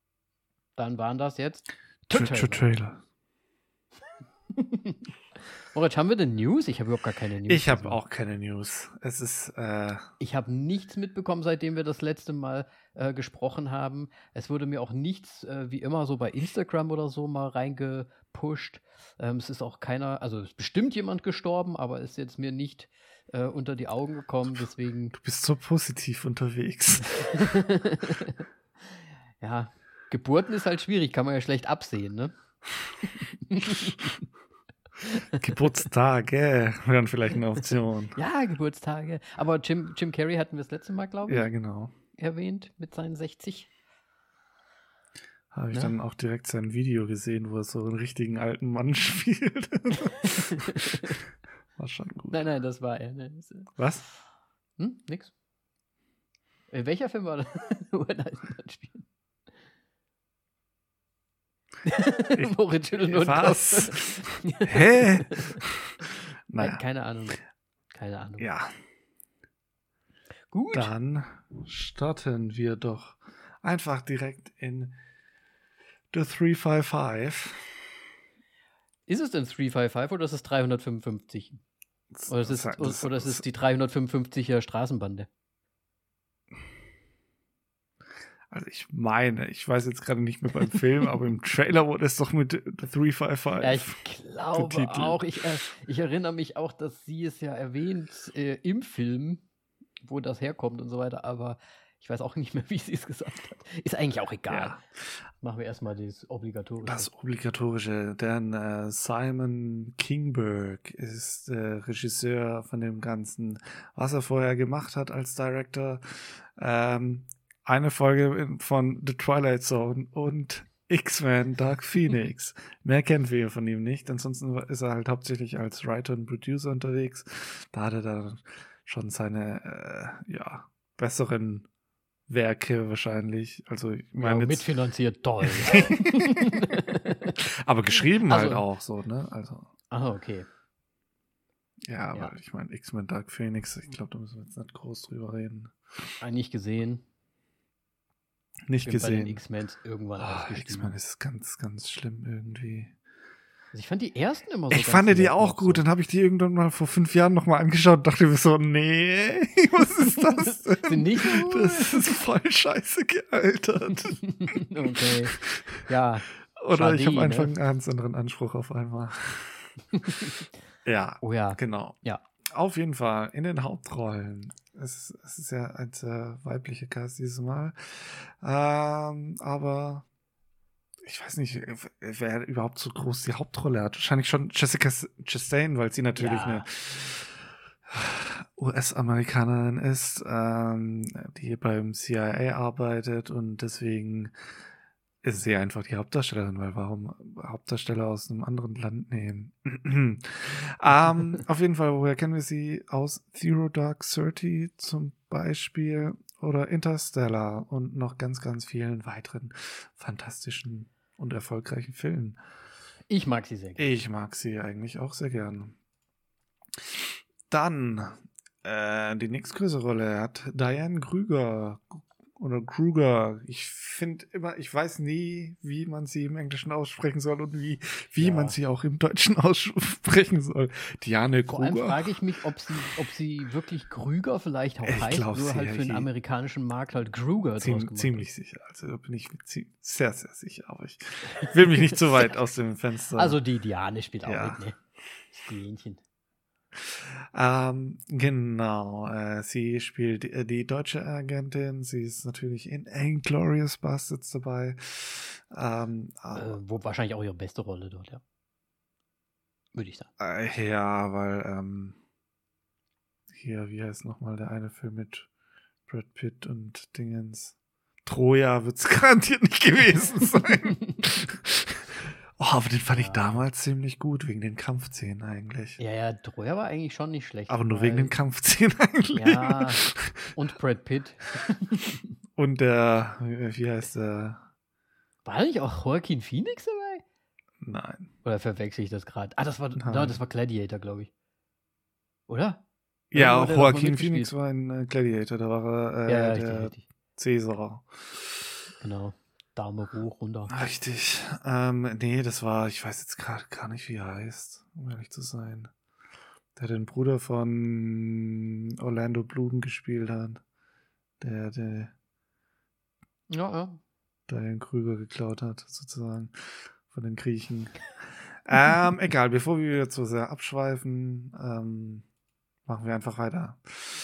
Dann waren das jetzt Tra- Tra- Trailer. Moritz, haben wir denn News? Ich habe überhaupt gar keine News. Ich habe gesehen. auch keine News. Es ist, äh, Ich habe nichts mitbekommen, seitdem wir das letzte Mal äh, gesprochen haben. Es wurde mir auch nichts, äh, wie immer, so bei Instagram oder so mal reingepusht. Ähm, es ist auch keiner, also es ist bestimmt jemand gestorben, aber ist jetzt mir nicht äh, unter die Augen gekommen, deswegen. du bist so positiv unterwegs. Ja, Geburten ist halt schwierig, kann man ja schlecht absehen, ne? Geburtstage wären vielleicht eine Option. Ja, Geburtstage. Aber Jim, Jim Carrey hatten wir das letzte Mal, glaube ich, Ja, genau. erwähnt mit seinen sechzig. Habe ich Ne? dann auch direkt sein Video gesehen, wo er so einen richtigen alten Mann spielt. War schon gut. Nein, nein, das war er. Ne? Das, äh, Was? Hm, nix. Äh, welcher Film war das? Wo er da spielt? Ich- Moritz schüttelt nur den Was? Kopf. Hä? Nein, Naja, keine Ahnung. Keine Ahnung. ja. Gut. Dann starten wir doch einfach direkt in The drei fünf fünf. Ist es denn drei fünf fünf oder ist es dreihundertfünfundfünfzig? Oder ist es, Das- das- oder ist es die dreihundertfünfundfünfziger Straßenbande? Also ich meine, ich weiß jetzt gerade nicht mehr beim Film, aber im Trailer wurde es doch mit The drei fünf fünf. Ja, ich glaube Titel. auch. Ich, äh, ich erinnere mich auch, dass sie es ja erwähnt äh, im Film, wo das herkommt und so weiter, aber ich weiß auch nicht mehr, wie sie es gesagt hat. Ist eigentlich auch egal. Ja. Machen wir erstmal das Obligatorische. Das Obligatorische, denn äh, Simon Kinberg ist äh, Regisseur von dem Ganzen, was er vorher gemacht hat als Director. Ähm, eine Folge in, von The Twilight Zone und X-Men Dark Phoenix. Mehr kennen wir von ihm nicht. Ansonsten ist er halt hauptsächlich als Writer und Producer unterwegs. Da hat er dann schon seine äh, ja, besseren Werke wahrscheinlich. Also ich ja, meine jetzt- mitfinanziert, toll. aber geschrieben Also- halt auch so, ne? Also Ah, okay. ja, aber Ja. ich meine X-Men Dark Phoenix, ich glaube, da müssen wir jetzt nicht groß drüber reden. Ah, nicht gesehen. Nicht Bin bei den gesehen. X-Men irgendwann Ah, ausgestiegen. X-Men ist ganz, ganz schlimm irgendwie. Also ich fand die ersten immer so Ich ganz fand die nett auch noch gut, so. dann habe ich die irgendwann mal vor fünf Jahren nochmal angeschaut und dachte mir so, nee, was ist das Sind denn? nicht so gut? Das ist voll scheiße gealtert. Okay. Ja. Oder Schade, ich habe ne? einfach einen ganz anderen Anspruch auf einmal. Ja, Oh ja. genau. Ja. Auf jeden Fall in den Hauptrollen. Es ist, es ist ja ein sehr weibliche Cast dieses Mal. Ähm, aber ich weiß nicht, wer überhaupt so groß die Hauptrolle hat. Wahrscheinlich schon Jessica Chastain, weil sie natürlich Ja. eine U S-Amerikanerin ist, ähm, die beim C I A arbeitet und deswegen ist sie einfach die Hauptdarstellerin, weil warum Hauptdarsteller aus einem anderen Land nehmen? ähm, auf jeden Fall, woher kennen wir sie? Aus Zero Dark Thirty zum Beispiel oder Interstellar und noch ganz, ganz vielen weiteren fantastischen und erfolgreichen Filmen. Ich mag sie sehr gerne. Ich mag sie eigentlich auch sehr gern. Dann äh, die nächstgrößere Rolle hat Diane Kruger oder Kruger. Ich finde immer, ich weiß nie, wie man sie im Englischen aussprechen soll und wie, wie Ja. man sie auch im Deutschen aussprechen soll. Diane Vor allem Kruger. frage ich mich, ob sie, ob sie wirklich Krüger vielleicht auch Ich heißt, glaub, nur sie- halt für den die- amerikanischen Markt halt Kruger draus Ziem, gemacht. ziemlich sicher. Also da bin ich zie- sehr, sehr sicher. Aber ich will mich nicht zu weit aus dem Fenster. Also die Diane spielt auch Ja. mit, ne? Das Hähnchen. Ähm, genau, äh, sie spielt die, die deutsche Agentin, sie ist natürlich in Inglourious Basterds dabei. Ähm, aber, Äh, wo wahrscheinlich auch ihre beste Rolle dort, ja. Würde ich sagen. äh, ja, weil ähm, hier, wie heißt nochmal der eine Film mit Brad Pitt und Dingens? Troja wird es garantiert nicht gewesen sein. Oh, aber den fand ich Ja. damals ziemlich gut, wegen den Kampfszenen eigentlich. Ja, ja, Troja war eigentlich schon nicht schlecht. Aber nur weil- wegen den Kampfszenen eigentlich. Ja, und Brad Pitt. Und der, wie heißt der? War da nicht auch Joaquin Phoenix dabei? Nein. Oder verwechsel ich das gerade? Ah, das war, Nein. no, das war Gladiator, glaube ich. Oder? Ja, Irgendwo auch hat er doch mal Joaquin mitgespielt. Phoenix war ein äh, Gladiator, da war er äh, Ja, ja, richtig, der richtig. Cäsar. Genau. Daumen hoch, runter. Richtig. Ähm, nee, das war, ich weiß jetzt gerade gar nicht, wie er heißt, um ehrlich zu sein. Der den Bruder von Orlando Bloom gespielt hat. Der, der Ja, ja. Diane Krüger geklaut hat, sozusagen, von den Griechen. ähm, egal, bevor wir jetzt so sehr abschweifen, ähm, machen wir einfach weiter.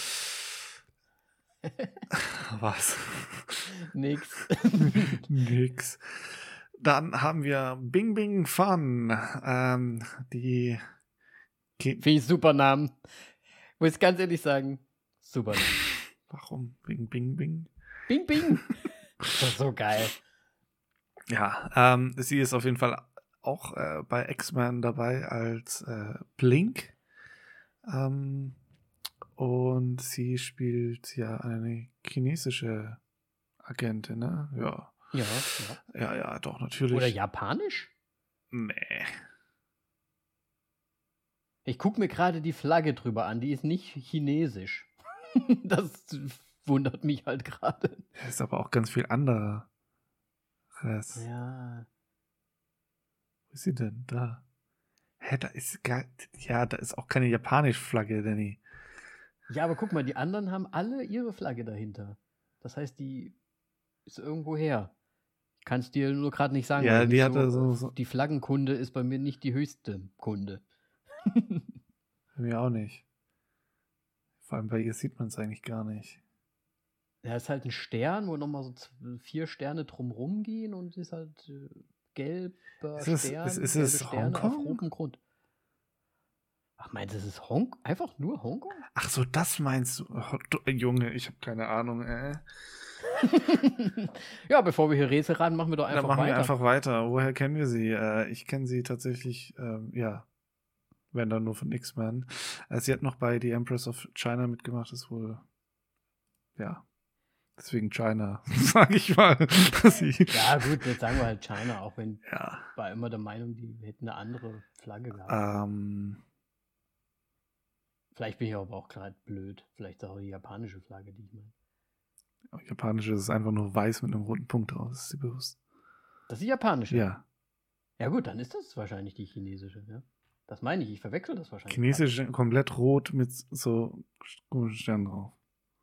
Was? Nix. Nix. Dann haben wir Bing Bing Fun. Ähm, die Ge- Finde ich super Namen. Muss ganz ehrlich sagen, super Namen. Warum? Bing Bing Bing? Bing Bing. Das ist so geil. Ja, ähm, sie ist auf jeden Fall auch äh, bei X-Men dabei als äh, Blink. Ähm, und sie spielt ja eine chinesische Agentin, ne? Ja. Ja, ja. Ja, ja, doch, natürlich. Oder japanisch? Nee. Ich gucke mir gerade die Flagge drüber an. Die ist nicht chinesisch. Das wundert mich halt gerade. Da ist aber auch ganz viel anderer. Was? Ja. Wo ist sie denn? Da. Hä, da ist gar. Ja, da ist auch keine japanische Flagge, Danny. Ja, aber guck mal, die anderen haben alle ihre Flagge dahinter. Das heißt, die ist irgendwo her. Ich kann es dir nur gerade nicht sagen. Ja, weil die nicht hatte so- so- Die Flaggenkunde ist bei mir nicht die höchste Kunde. Bei mir auch nicht. Vor allem bei ihr sieht man es eigentlich gar nicht. Ja, ist halt ein Stern, wo nochmal so z- vier Sterne drumrum gehen und ist halt äh, gelber Ist es- Stern, ist- ist gelbe es Sterne auf Hongkong? rotem Grund. Ach, meinst du, es ist Hong einfach nur Hongkong? Ach so, das meinst du? Oh, du Junge, ich habe keine Ahnung, äh. Ja, bevor wir hier Rätsel ran, machen wir doch einfach Dann machen weiter. wir einfach weiter. Woher kennen wir sie? Äh, ich kenne sie tatsächlich, ähm, ja, wenn dann nur von X-Men. Äh, sie hat noch bei The Empress of China mitgemacht, ist wohl, ja, deswegen China, sage ich mal. sie, Ja, gut, jetzt sagen wir halt China, auch wenn ja, ich war immer der Meinung, die hätten eine andere Flagge gehabt. ähm, Vielleicht bin ich aber auch gerade blöd. Vielleicht ist auch die japanische Flagge, die ich meine. japanisch ist es einfach nur weiß mit einem roten Punkt draus, ist dir bewusst? Das ist die japanische? Ja, Ja gut, dann ist das wahrscheinlich die chinesische, ja. Das meine ich, ich verwechsel das wahrscheinlich. chinesisch komplett rot mit so komischen Sternen drauf.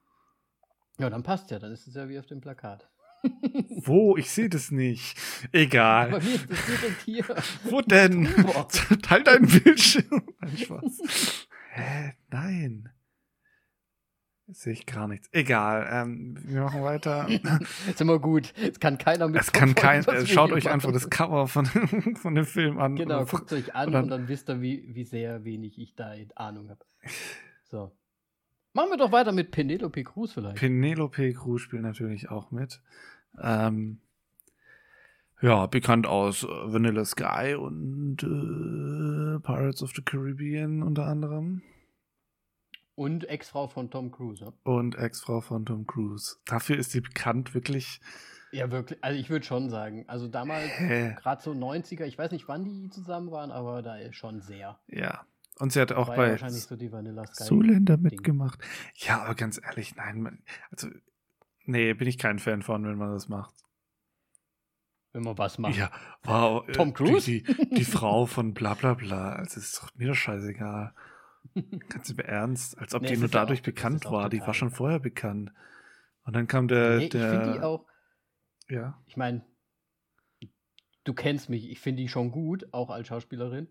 Ja, dann passt ja, dann ist es ja wie auf dem Plakat. Wo? Ich sehe das nicht. Egal. Aber mir ist das direkt hier. Wo denn? Drüber. Teil deinen Bildschirm. Nein, Spaß. Hä? Nein. Sehe ich gar nichts. Egal. Ähm, wir machen weiter. Ist immer gut. Es kann keiner mit. Es kann kein. Äh, schaut euch einfach das Cover von, von dem Film an. Genau, Oder- guckt euch an und dann- und dann wisst ihr, wie, wie sehr wenig ich da in Ahnung habe. So. Machen wir doch weiter mit Penelope Cruz vielleicht. Penelope Cruz spielt natürlich auch mit. Ähm, ja, bekannt aus äh, Vanilla Sky und äh, Pirates of the Caribbean unter anderem. Und Ex-Frau von Tom Cruise. Ja, Und Ex-Frau von Tom Cruise. Dafür ist sie bekannt, wirklich. ja wirklich. Also ich würde schon sagen. Also damals, Hä? gerade so neunziger, ich weiß nicht, wann die zusammen waren, aber da ist schon sehr. Ja. Und sie hat auch War ja bei wahrscheinlich so die Vanilla Sky. Zoolander Ding. mitgemacht. Ja, aber ganz ehrlich, nein. Man, also, nee, bin ich kein Fan von, wenn man das macht. Wenn man was macht. Ja, wow. äh, Tom Cruise? Die, die, die Frau von bla bla bla. Also, ist doch mir doch scheißegal. Ganz im Ernst. Als ob Nee, die es nur ist ja dadurch auch- es bekannt ist auch war. Die total war schon egal. vorher bekannt. Und dann kam der. Nee, ich der finde die auch, Ja. ich meine, du kennst mich, ich finde die schon gut, auch als Schauspielerin.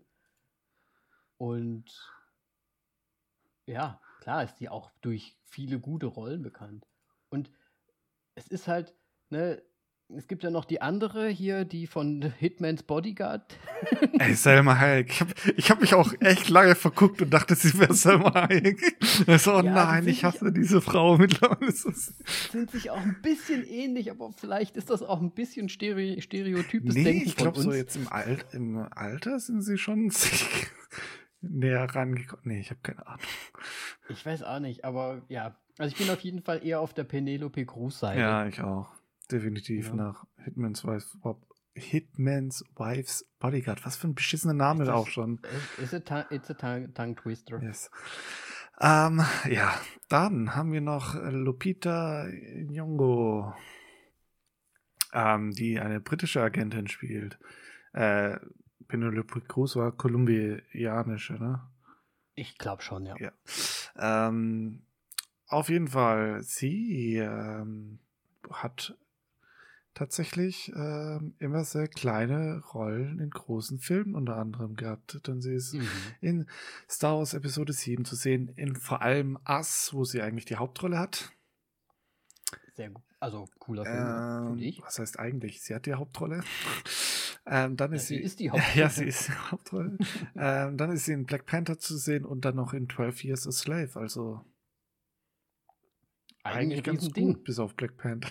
Und ja, klar ist die auch durch viele gute Rollen bekannt. Und es ist halt, ne, es gibt ja noch die andere hier, die von Hitman's Bodyguard. Ey, Selma Hayek. Ich habe ich hab mich auch echt lange verguckt und dachte, sie wäre Selma Hayek. Ich so, oh Ja, die nein, sind ich hasse diese Frau mittlerweile. Das ist- Sind sich auch ein bisschen ähnlich, aber vielleicht ist das auch ein bisschen Stereo stereotypes Nee, Denken ich von glaube, uns. so jetzt im, Alt, im Alter sind sie schon näher rangekommen. Nee, ich habe keine Ahnung. Ich weiß auch nicht, aber ja. Also ich bin auf jeden Fall eher auf der Penelope Cruz-Seite. Ja, ich auch. Definitiv Ja. nach Hitman's Wife's, Hitman's Wife's Bodyguard. Was für ein beschissener Name Ist das- auch schon. It's a, ta- it's a tongue, tongue twister. Yes. Ähm, ja, dann haben wir noch Lupita Nyong'o. ähm, die eine britische Agentin spielt. Äh, Penelope Cruz war kolumbianische, ne? Ich glaube schon, ja. Ja. Ähm, auf jeden Fall, sie ähm, hat tatsächlich ähm, immer sehr kleine Rollen in großen Filmen unter anderem gehabt. Denn sie ist Mhm. in Star Wars Episode sieben zu sehen, in vor allem Us, wo sie eigentlich die Hauptrolle hat. Sehr gut. Also cooler Film, ja, finde Ähm, ich. was heißt eigentlich? Sie hat die Hauptrolle. ähm, dann Ja, ist sie sie, ist die Hauptrolle. ja, sie ist die Hauptrolle. ähm, dann ist sie in Black Panther zu sehen und dann noch in twelve Years a Slave. Also eigentlich, Eigentlich ein ganz Riesending. gut, bis auf Black Panther.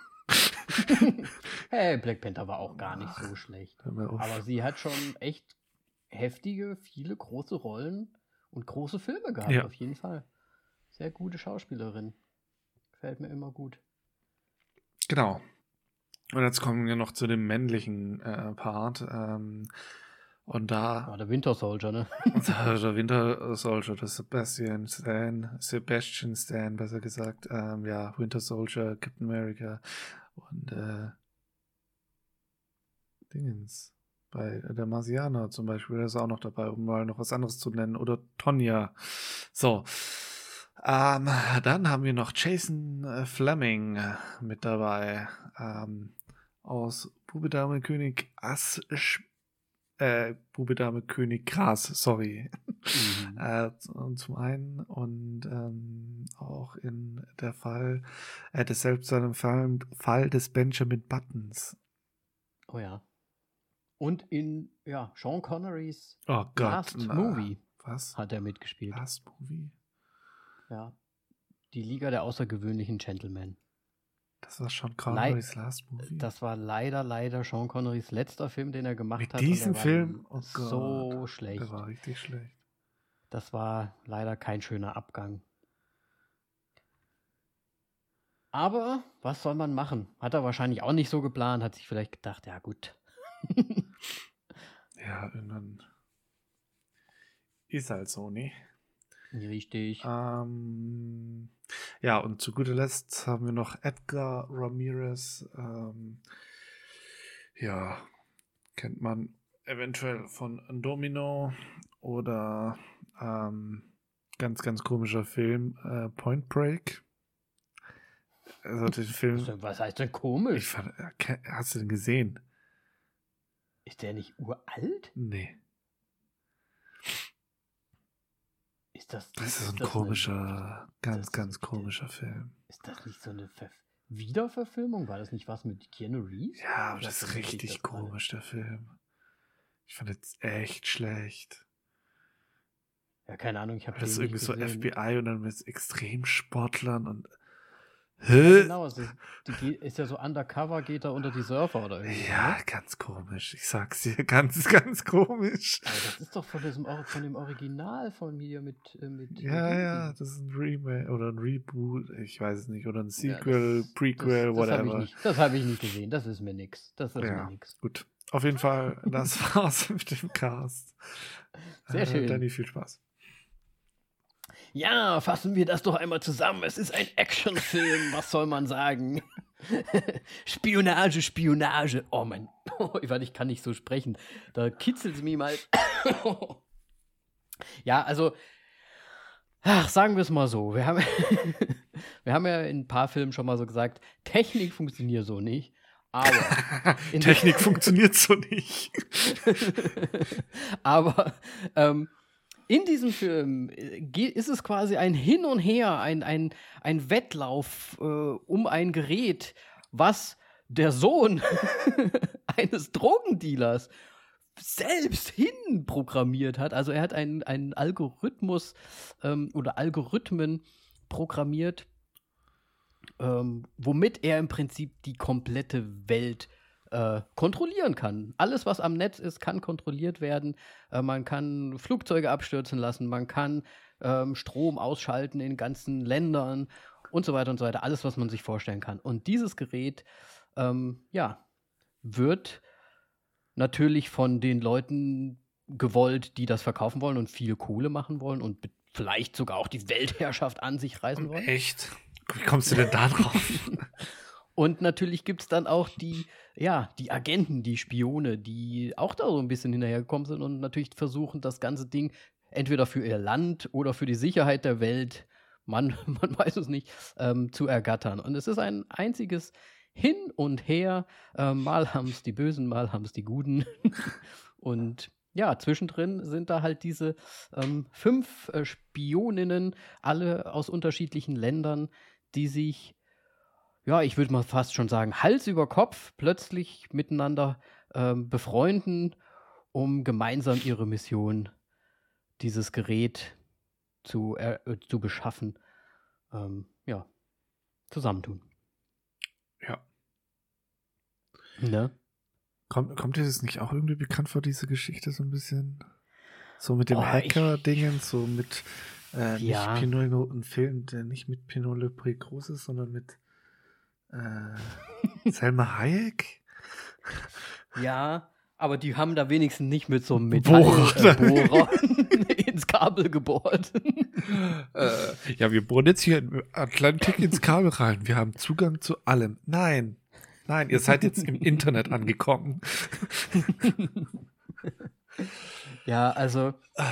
Hey, Black Panther war auch gar nicht so schlecht. Hör mir auf. Aber sie hat schon echt heftige, viele große Rollen und große Filme gehabt, Ja. auf jeden Fall. Sehr gute Schauspielerin. Gefällt mir immer gut. Genau. Und jetzt kommen wir noch zu dem männlichen äh, Part. Ähm, und da Ah, der Winter Soldier, ne? der Winter Soldier, der Sebastian Stan, Sebastian Stan, besser gesagt. Ähm, ja, Winter Soldier, Captain America und äh, Dingens. Bei der Marsianer zum Beispiel, der ist auch noch dabei, um mal noch was anderes zu nennen. Oder Tonja. So. Ähm, dann haben wir noch Jason äh, Fleming äh, mit dabei. Ähm, aus Bube Dame König Ass. Äh, Bube Dame König Gras, sorry. Mhm. äh, und zum einen und ähm, auch in der Fall, äh, des seltsamen Fall, Fall des Benjamin Buttons. Oh ja. Und in, ja, Sean Connerys Oh Gott. Last na, Movie Was? hat er mitgespielt. Last Movie? Ja. Die Liga der außergewöhnlichen Gentlemen. Das war Sean Connerys Last Movie? Das war leider, leider Sean Connerys letzter Film, den er gemacht Mit hat. diesem und der Film? war Oh so Gott. schlecht. Der war richtig schlecht. Das war leider kein schöner Abgang. Aber was soll man machen? Hat er wahrscheinlich auch nicht so geplant, hat sich vielleicht gedacht, ja gut. Ja, irgendwann ist halt so, ne? Richtig. Ähm, ja, und zu guter Letzt haben wir noch Edgar Ramirez. Ähm, ja, kennt man eventuell von Domino oder ähm, ganz, ganz komischer Film äh, Point Break. Also den Film. Was, was heißt denn komisch? Ich fand, äh, hast du den gesehen? Ist der nicht uralt? Nee. Ist das, Das ist ist ein das komischer, eine, ganz, das, ganz komischer Film. Ist das nicht so eine Ver Wiederverfilmung? War das nicht was mit Keanu Reeves? Ja, aber Oder das ist verwechsel ich richtig das gerade? komisch, der Film. Ich fand jetzt echt schlecht. Ja, keine Ahnung, ich habe Das den ist nicht irgendwie so gesehen. F B I und dann mit Extremsportlern und. Ja, Hä? genau, also die geht, ist ja so undercover, geht da unter die Surfer oder irgendwie. Ja, Ne? ganz komisch. Ich sag's dir, ganz, ganz komisch. Aber das ist doch von, diesem, Or- von dem Original von mir mit. Äh, mit Ja, mit ja, Ding. das ist ein Remake oder ein Reboot, ich weiß es nicht, oder ein Ja, Sequel, das, Prequel, das, das habe ich whatever. nicht. Das habe ich nicht gesehen. Das ist mir nix. Das ist mir Ja, nix. gut. Auf jeden Fall, das war's mit dem Cast. Sehr Äh, schön. Danny, viel Spaß. Ja, fassen wir das doch einmal zusammen. Es ist ein Actionfilm. Was soll man sagen? Spionage, Spionage. Oh mein, oh, warte, ich kann nicht so sprechen. Da kitzelt es mich mal. Ja, also, ach, sagen wir es mal so. Wir haben, wir haben ja in ein paar Filmen schon mal so gesagt, Technik funktioniert so nicht. Aber in Technik funktioniert so nicht. Aber ähm, in diesem Film äh, ge- ist es quasi ein Hin und Her, ein, ein, ein Wettlauf äh, um ein Gerät, was der Sohn eines Drogendealers selbst hinprogrammiert hat. Also er hat einen, einen Algorithmus ähm, oder Algorithmen programmiert, ähm, womit er im Prinzip die komplette Welt äh, kontrollieren kann. Alles, was am Netz ist, kann kontrolliert werden. Äh, man kann Flugzeuge abstürzen lassen, man kann ähm, Strom ausschalten in ganzen Ländern und so weiter und so weiter. Alles, was man sich vorstellen kann. Und dieses Gerät, ähm, ja, wird natürlich von den Leuten gewollt, die das verkaufen wollen und viel Kohle machen wollen und be- vielleicht sogar auch die Weltherrschaft an sich reißen wollen. Echt? Wie kommst du denn da drauf? Und natürlich gibt es dann auch die, ja, die Agenten, die Spione, die auch da so ein bisschen hinterhergekommen sind und natürlich versuchen, das ganze Ding entweder für ihr Land oder für die Sicherheit der Welt, man, man weiß es nicht, ähm, zu ergattern. Und es ist ein einziges Hin und Her. Äh, mal haben es die Bösen, mal haben es die Guten. Und ja, zwischendrin sind da halt diese ähm, fünf äh, Spioninnen, alle aus unterschiedlichen Ländern, die sich, ja, ich würde mal fast schon sagen, Hals über Kopf plötzlich miteinander ähm, befreunden, um gemeinsam ihre Mission, dieses Gerät zu, äh, zu beschaffen, ähm, ja, zusammentun. Ja. Ne? Kommt, kommt dir das nicht auch irgendwie bekannt vor, diese Geschichte so ein bisschen? So mit dem Oh, Hacker-Dingen, so mit äh, Ja. nicht Pinot, ein Film, der nicht mit Penelope Cruz ist, sondern mit äh, Selma Hayek? Ja, aber die haben da wenigstens nicht mit so einem Bohrer. Metallbohrer äh, ins Kabel gebohrt. Äh, ja, wir bohren jetzt hier in Atlantik ins Kabel rein. Wir haben Zugang zu allem. Nein, nein, ihr seid jetzt im Internet angekommen. Ja, also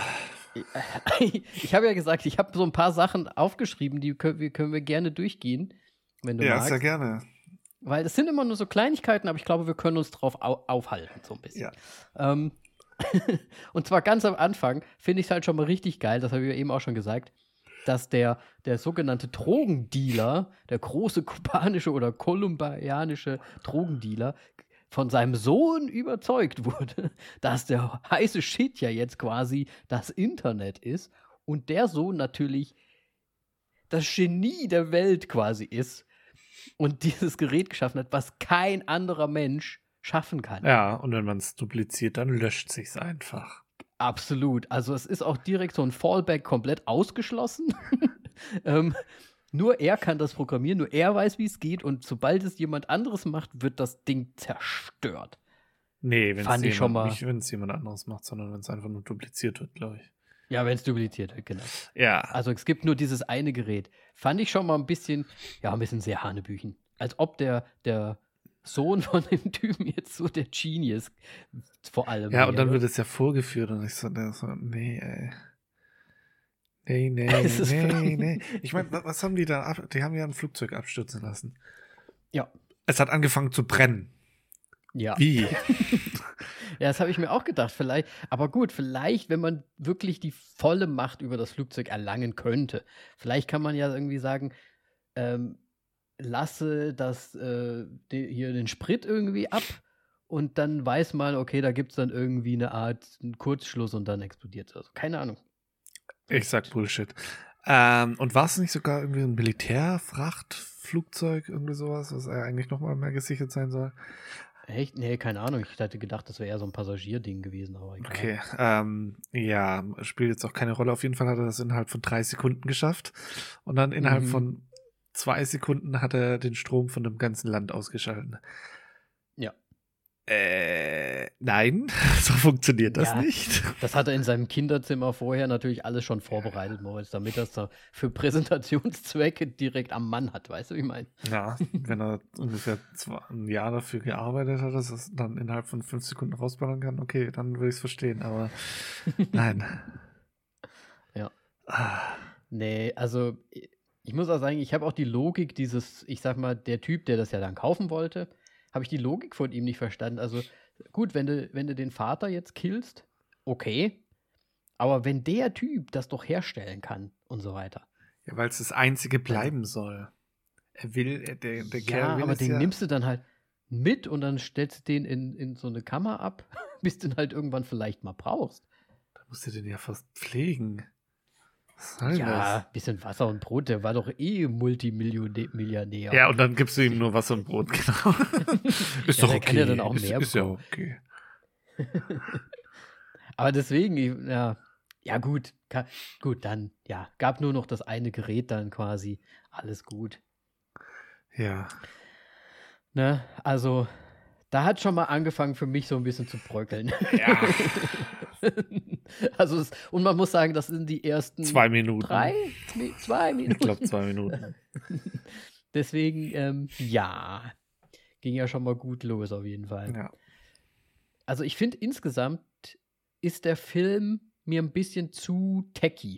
ich, ich habe ja gesagt, ich habe so ein paar Sachen aufgeschrieben, die können wir, können wir gerne durchgehen, wenn du Ja, magst. sehr gerne. Weil das sind immer nur so Kleinigkeiten, aber ich glaube, wir können uns drauf au- aufhalten, so ein bisschen. Ja. Ähm, und zwar ganz am Anfang finde ich es halt schon mal richtig geil, das habe ich ja eben auch schon gesagt, dass der, der sogenannte Drogendealer, der große kubanische oder kolumbianische Drogendealer, von seinem Sohn überzeugt wurde, dass der heiße Shit ja jetzt quasi das Internet ist und der Sohn natürlich das Genie der Welt quasi ist und dieses Gerät geschaffen hat, was kein anderer Mensch schaffen kann. Ja, und wenn man es dupliziert, dann löscht sich's einfach. Absolut. Also es ist auch direkt so ein Fallback komplett ausgeschlossen. ähm, nur er kann das programmieren, nur er weiß, wie es geht und sobald es jemand anderes macht, wird das Ding zerstört. Nee, wenn Fand ich es schon jemand, mal- nicht, wenn es jemand anderes macht, sondern wenn es einfach nur dupliziert wird, glaube ich. Ja, wenn es dupliziert wird, genau. Ja. Also es gibt nur dieses eine Gerät. Fand ich schon mal ein bisschen, ja, ein bisschen sehr Hanebüchen. Als ob der, der Sohn von dem Typen jetzt so der Genius vor allem Ja, und dann wäre. wird es ja vorgeführt und ich so, der so nee, ey. Nee, nee, Es ist nee, wirklich- nee. Ich meine, was haben die da ab? Die haben ja ein Flugzeug abstürzen lassen. Ja. Es hat angefangen zu brennen. Ja. Wie? Ja, das habe ich mir auch gedacht. Vielleicht, aber gut, vielleicht, wenn man wirklich die volle Macht über das Flugzeug erlangen könnte, vielleicht kann man ja irgendwie sagen, ähm, lasse das äh, de, hier den Sprit irgendwie ab und dann weiß man, okay, da gibt es dann irgendwie eine Art einen Kurzschluss und dann explodiert es. Also, keine Ahnung. Ich sag Bullshit. Ähm, und war es nicht sogar irgendwie ein Militärfrachtflugzeug, irgendwie sowas, was eigentlich nochmal mehr gesichert sein soll? Echt? Nee, keine Ahnung. Ich hatte gedacht, das wäre eher so ein Passagierding gewesen, aber egal. Okay, ähm, ja, spielt jetzt auch keine Rolle. Auf jeden Fall hat er das innerhalb von drei Sekunden geschafft. Und dann innerhalb Mhm. von zwei Sekunden hat er den Strom von dem ganzen Land ausgeschaltet. Ja. Äh, nein, so funktioniert das Ja. nicht. Das hat er in seinem Kinderzimmer vorher natürlich alles schon vorbereitet, Moritz, damit er es da für Präsentationszwecke direkt am Mann hat. Weißt du, wie ich meine? Ja, wenn er ungefähr zwei, ein Jahr dafür gearbeitet hat, dass er es dann innerhalb von fünf Sekunden rausballern kann, okay, dann würde ich es verstehen, aber nein. Ja. Ah, Nee, also ich muss auch sagen, ich habe auch die Logik dieses, ich sag mal, der Typ, der das ja dann kaufen wollte, habe ich die Logik von ihm nicht verstanden. Also gut, wenn du, wenn du den Vater jetzt killst, okay. Aber wenn der Typ das doch herstellen kann und so weiter. ja, weil es das Einzige bleiben soll. Er will, er- der, der Kerl Ja, will aber es den ja. nimmst du dann halt mit und dann stellst du den in, in so eine Kammer ab, bis du den halt irgendwann vielleicht mal brauchst. Da musst du den ja fast pflegen. Was soll Ja, bisschen Wasser und Brot, der war doch eh Multimillionär. das? Ja, und dann gibst du ihm nur Wasser und Brot, genau. Ist Ja, doch der okay. kann ja dann auch ist, mehr ist ja bekommen. okay. Aber deswegen, ich- ja, ja gut, ka- gut, dann, ja, gab nur noch das eine Gerät dann quasi, alles gut. Ja. Ne, also, da hat schon mal angefangen für mich so ein bisschen zu bröckeln. Ja. Also, es, und man muss sagen, das sind die ersten Zwei Minuten. drei, Mi- zwei Ich Minuten. glaube zwei Minuten. Deswegen, ähm, ja, ging ja schon mal gut los auf jeden Fall. Ja. Also ich finde insgesamt ist der Film mir ein bisschen zu techy.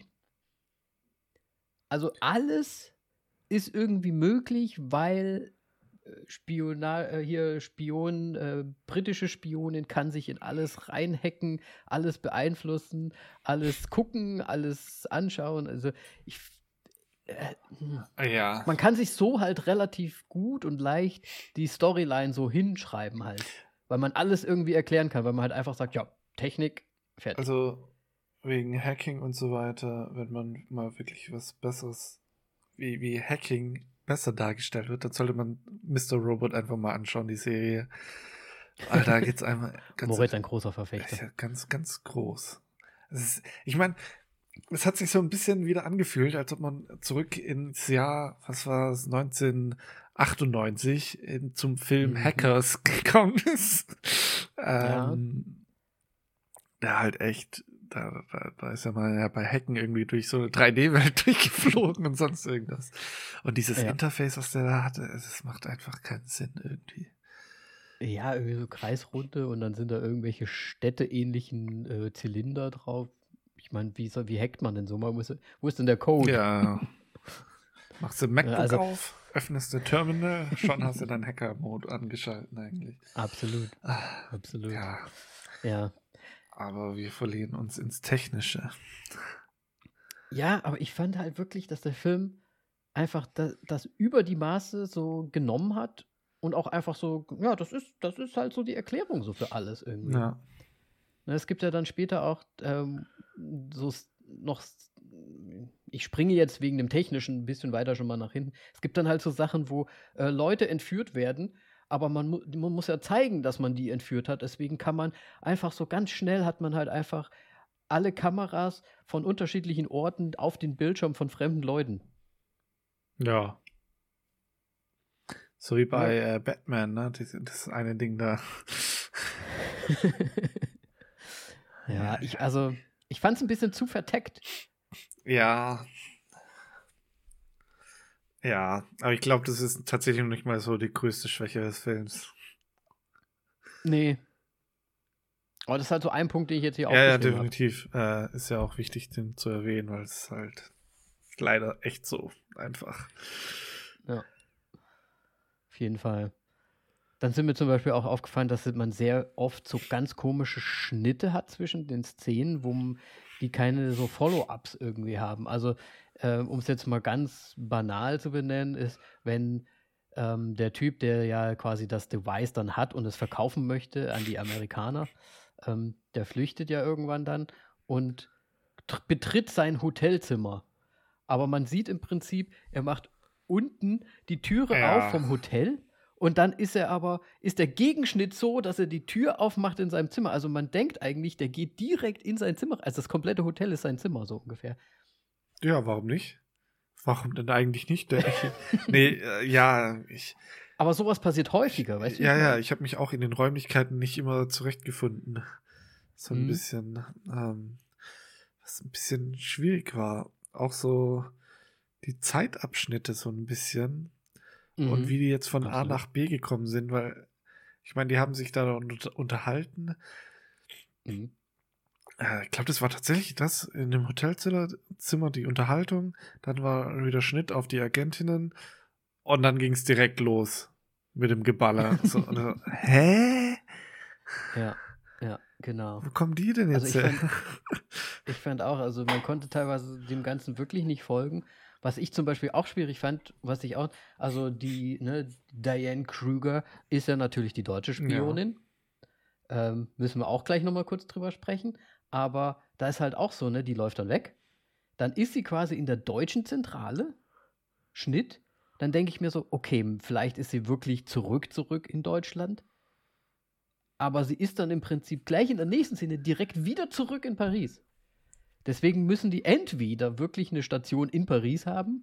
Also alles ist irgendwie möglich, weil äh, Spiona äh, hier Spion, äh, britische Spionin kann sich in alles reinhacken, alles beeinflussen, alles gucken, alles anschauen. Also ich äh, hm. Ja. Man kann sich so halt relativ gut und leicht die Storyline so hinschreiben halt. Weil man alles irgendwie erklären kann, weil man halt einfach sagt, ja, Technik, fertig. Also wegen Hacking und so weiter, wenn man mal wirklich was Besseres, wie, wie Hacking besser dargestellt wird, dann sollte man Mister Robot einfach mal anschauen, die Serie. Weil da geht's einmal ganz, Moritz ein großer Verfechter. ist ja ganz, ganz groß. Es ist, ich meine, es hat sich so ein bisschen wieder angefühlt, als ob man zurück ins Jahr, was war es, neunzehnhundertachtundneunzig in, zum Film Mhm. Hackers gekommen ist. Ja. ähm, der halt echt, da, da, da ist ja mal ja, bei Hacken irgendwie durch so eine drei D-Welt durchgeflogen und sonst irgendwas. Und dieses Ja. Interface, was der da hatte, es macht einfach keinen Sinn irgendwie. Ja, irgendwie so Kreisrunde und dann sind da irgendwelche städteähnlichen äh, Zylinder drauf. Ich meine, wie, soll- wie hackt man denn so? Man muss, wo ist denn der Code? Ja. Machst du MacBook Also- auf, öffnest du Terminal, schon hast du deinen Hacker-Mode angeschaltet eigentlich. Absolut, Ah, absolut. Ja, Ja. aber wir verlieren uns ins Technische. Ja, aber ich fand halt wirklich, dass der Film einfach das, das über die Maße so genommen hat und auch einfach so, ja, das ist, das ist halt so die Erklärung so für alles irgendwie. Ja. Ne, Es gibt ja dann später auch ähm, so s- noch, s- ich springe jetzt wegen dem Technischen ein bisschen weiter schon mal nach hinten. Es gibt dann halt so Sachen, wo äh, Leute entführt werden, aber man, mu man muss ja zeigen, dass man die entführt hat. Deswegen kann man einfach so ganz schnell hat man halt einfach alle Kameras von unterschiedlichen Orten auf den Bildschirm von fremden Leuten. Ja. So wie bei äh, Batman, ne? Das, das eine Ding da. Ja, ich, also, ich fand es ein bisschen zu verteckt. Ja. Ja, aber ich glaube, das ist tatsächlich noch nicht mal so die größte Schwäche des Films. Nee. Aber das ist halt so ein Punkt, den ich jetzt hier Ja, ja, aufgeschrieben habe. definitiv. Äh, ist ja auch wichtig, den zu erwähnen, weil es halt leider echt so einfach. Ja. Auf jeden Fall. Dann sind mir zum Beispiel auch aufgefallen, dass man sehr oft so ganz komische Schnitte hat zwischen den Szenen, wo m- die keine so Follow-ups irgendwie haben. Also, äh, um es jetzt mal ganz banal zu benennen, ist, wenn ähm, der Typ, der ja quasi das Device dann hat und es verkaufen möchte an die Amerikaner, ähm, der flüchtet ja irgendwann dann und tr- betritt sein Hotelzimmer. Aber man sieht im Prinzip, er macht unten die Türe Ja. auf vom Hotel und dann ist er aber, ist der Gegenschnitt so, dass er die Tür aufmacht in seinem Zimmer. Also man denkt eigentlich, der geht direkt in sein Zimmer. Also das komplette Hotel ist sein Zimmer, so ungefähr. Ja, warum nicht? Warum denn eigentlich nicht? Der, ich, nee, äh, ja, ich. Aber sowas passiert häufiger, weißt du? wie Ja, ich ja, meine? ich habe mich auch in den Räumlichkeiten nicht immer zurechtgefunden. So ein Mhm. bisschen, ähm, was ein bisschen schwierig war. Auch so die Zeitabschnitte so ein bisschen. Und Mhm. wie die jetzt von A Absolut. nach B gekommen sind, weil ich meine, die haben sich da unter unterhalten. Mhm. Äh, ich glaube, das war tatsächlich das in dem Hotelzimmer, Zimmer, die Unterhaltung. Dann war wieder Schnitt auf die Agentinnen und dann ging es direkt los mit dem Geballer. So, und so, hä? Ja, ja, genau. Wo kommen die denn Also jetzt ich her? fand, ich fand auch, also man konnte teilweise dem Ganzen wirklich nicht folgen. Was ich zum Beispiel auch schwierig fand, was ich auch, also die, ne, Diane Kruger ist ja natürlich die deutsche Spionin. Ähm, müssen wir auch gleich nochmal kurz drüber sprechen. Aber da ist halt auch so, ne, die läuft dann weg. Dann ist sie quasi in der deutschen Zentrale. Schnitt. Dann denke ich mir so, okay, vielleicht ist sie wirklich zurück, zurück in Deutschland. Aber sie ist dann im Prinzip gleich in der nächsten Szene direkt wieder zurück in Paris. Deswegen müssen die entweder wirklich eine Station in Paris haben,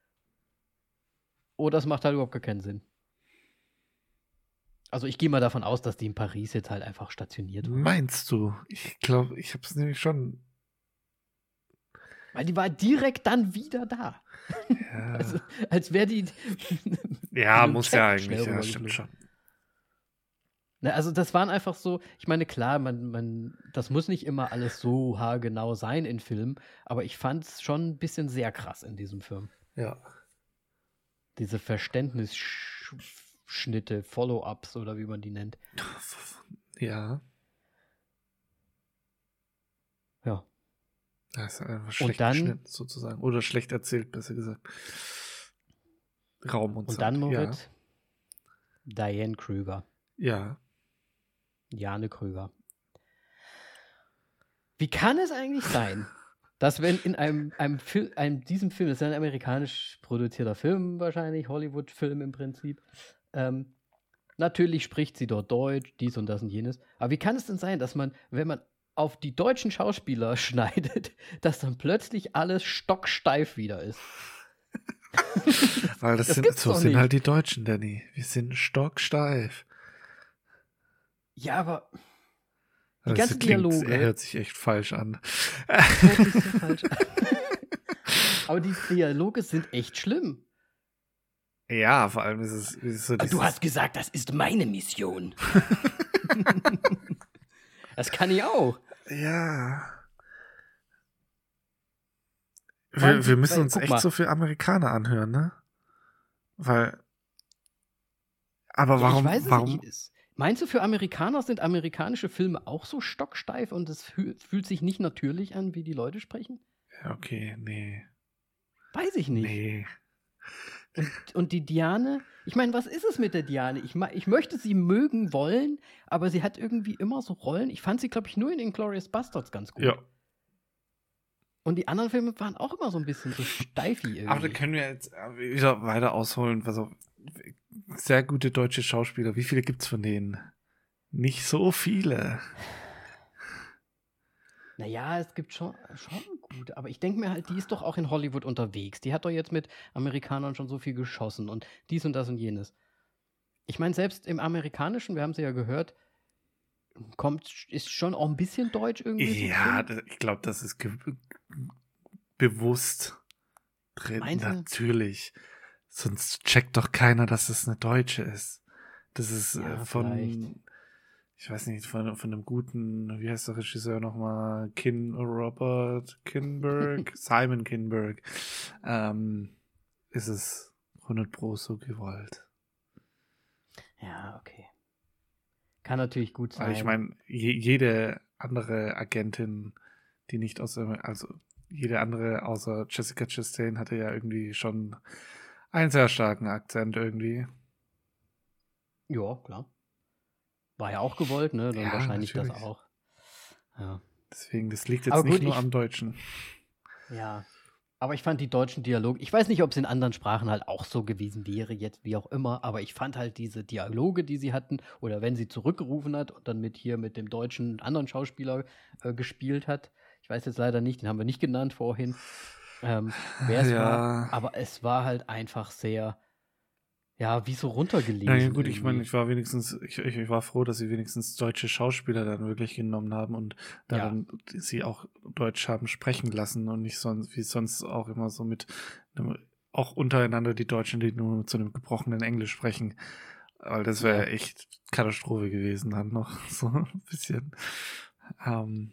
oder es macht halt überhaupt gar keinen Sinn. Also ich gehe mal davon aus, dass die in Paris jetzt halt einfach stationiert waren. Meinst du? Ich glaube, ich habe es nämlich schon. Weil die war direkt dann wieder da. Ja, Also, als wäre die. ja mit dem muss Jet ja schnell eigentlich, ja, stimmt rübergeflogen. schon. Na, also das waren einfach so, ich meine, klar, man, man, das muss nicht immer alles so haargenau sein in Filmen, aber ich fand es schon ein bisschen sehr krass in diesem Film. Ja. Diese Verständnisschnitte, Follow-ups oder wie man die nennt. Ja. Ja. Das ist einfach schlecht dann- geschnitten, sozusagen. Oder schlecht erzählt, besser gesagt. Raum und, Und Zeit. dann, Moritz, Diane Krüger, Ja. Ja. Jane Krüger. Wie kann es eigentlich sein, dass wenn in einem, einem, Fil einem diesem Film, das ist ja ein amerikanisch produzierter Film wahrscheinlich, Hollywood-Film im Prinzip, ähm, natürlich spricht sie dort Deutsch, dies und das und jenes, aber wie kann es denn sein, dass man, wenn man auf die deutschen Schauspieler schneidet, dass dann plötzlich alles stocksteif wieder ist? Weil das, Das sind, gibt's so doch sind nicht. halt die Deutschen, Danny. Wir sind stocksteif. Ja, aber die Das ganzen klingt, Dialoge. Er hört sich echt falsch an. hört sich so falsch an. Aber die Dialoge sind echt schlimm. Ja, vor allem ist es, ist es so Du dieses- hast gesagt, das ist meine Mission. Das kann ich auch. Ja. Vor allem, Wir, wir müssen weil, uns guck echt mal. so viel Amerikaner anhören, ne? Weil. Aber Ja, warum? ich weiß es warum? nicht. Ist- Meinst du, für Amerikaner sind amerikanische Filme auch so stocksteif und es fühl, fühlt sich nicht natürlich an, wie die Leute sprechen? Ja, okay, nee. Weiß ich nicht. Nee. Und, und die Diane, ich meine, was ist es mit der Diane? Ich, ma- ich möchte sie mögen wollen, aber sie hat irgendwie immer so Rollen. Ich fand sie, glaube ich, nur in Inglourious Basterds ganz gut. Ja. Und die anderen Filme waren auch immer so ein bisschen so steifi irgendwie. Aber da können wir jetzt wieder weiter ausholen. Also, sehr gute deutsche Schauspieler. Wie viele gibt's von denen? Nicht so viele. Naja, es gibt schon, schon gut, aber ich denke mir halt, die ist doch auch in Hollywood unterwegs. Die hat doch jetzt mit Amerikanern schon so viel geschossen und dies und das und jenes. Ich meine, selbst im Amerikanischen, wir haben sie ja gehört, kommt, ist schon auch ein bisschen Deutsch irgendwie. so Ja, drin. da- ich glaube, das ist ge bewusst drin. Meinst du? Natürlich. Sonst checkt doch keiner, dass es eine Deutsche ist. Das ist Ja, äh, von, vielleicht. ich weiß nicht, von, von einem guten, wie heißt der Regisseur nochmal? Kin Robert Kinberg? Simon Kinberg. Ähm, ist es hundert Pro so gewollt. Ja, okay. Kann natürlich gut sein. Weil ich meine, je, jede andere Agentin, die nicht aus, also jede andere außer Jessica Chastain hatte ja irgendwie schon einen sehr starken Akzent irgendwie. Ja, klar. War ja auch gewollt, ne? Dann Ja, wahrscheinlich das natürlich. auch. Ja. Deswegen, das liegt jetzt Aber nicht gut, nur ich- am Deutschen. Ja. Aber ich fand die deutschen Dialoge, ich weiß nicht, ob es in anderen Sprachen halt auch so gewesen wäre, jetzt wie auch immer, aber ich fand halt diese Dialoge, die sie hatten, oder wenn sie zurückgerufen hat und dann mit hier mit dem deutschen anderen Schauspieler äh, gespielt hat. Ich weiß jetzt leider nicht, den haben wir nicht genannt vorhin, ähm, wer es Ja. war. Aber es war halt einfach sehr, ja, wie so runtergelesen. Ja, ja, gut, ich meine, irgendwie. ich war wenigstens, ich, ich, ich war froh, dass sie wenigstens deutsche Schauspieler dann wirklich genommen haben und da Ja. dann sie auch Deutsch haben sprechen lassen und nicht sonst, wie sonst auch immer so mit, einem, auch untereinander die Deutschen, die nur zu einem gebrochenen Englisch sprechen. Weil das wäre Ja. echt Katastrophe gewesen dann noch, so ein bisschen. Ähm,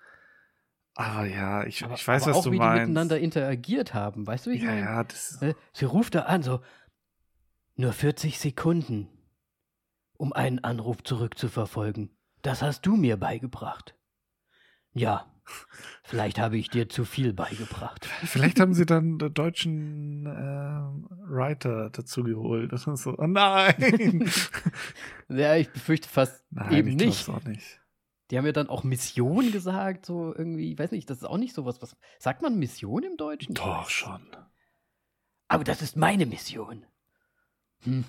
aber ja, ich, aber, ich weiß, aber was auch du wie meinst. die miteinander interagiert haben, weißt du, wie ich ja, meine? ja, das Ne? Sie ruft da an, so, nur vierzig Sekunden, um einen Anruf zurückzuverfolgen. Das hast du mir beigebracht. Ja, vielleicht habe ich dir zu viel beigebracht. Vielleicht haben sie dann den deutschen ähm, Writer dazu geholt. Das ist so, oh nein! Ja, ich befürchte fast nein, eben ich nicht. glaub's auch nicht. Die haben ja dann auch Mission gesagt, so irgendwie, ich weiß nicht, das ist auch nicht sowas, was, sagt man Mission im Deutschen? Ich Doch weiß. schon. Aber das ist meine Mission. Hm.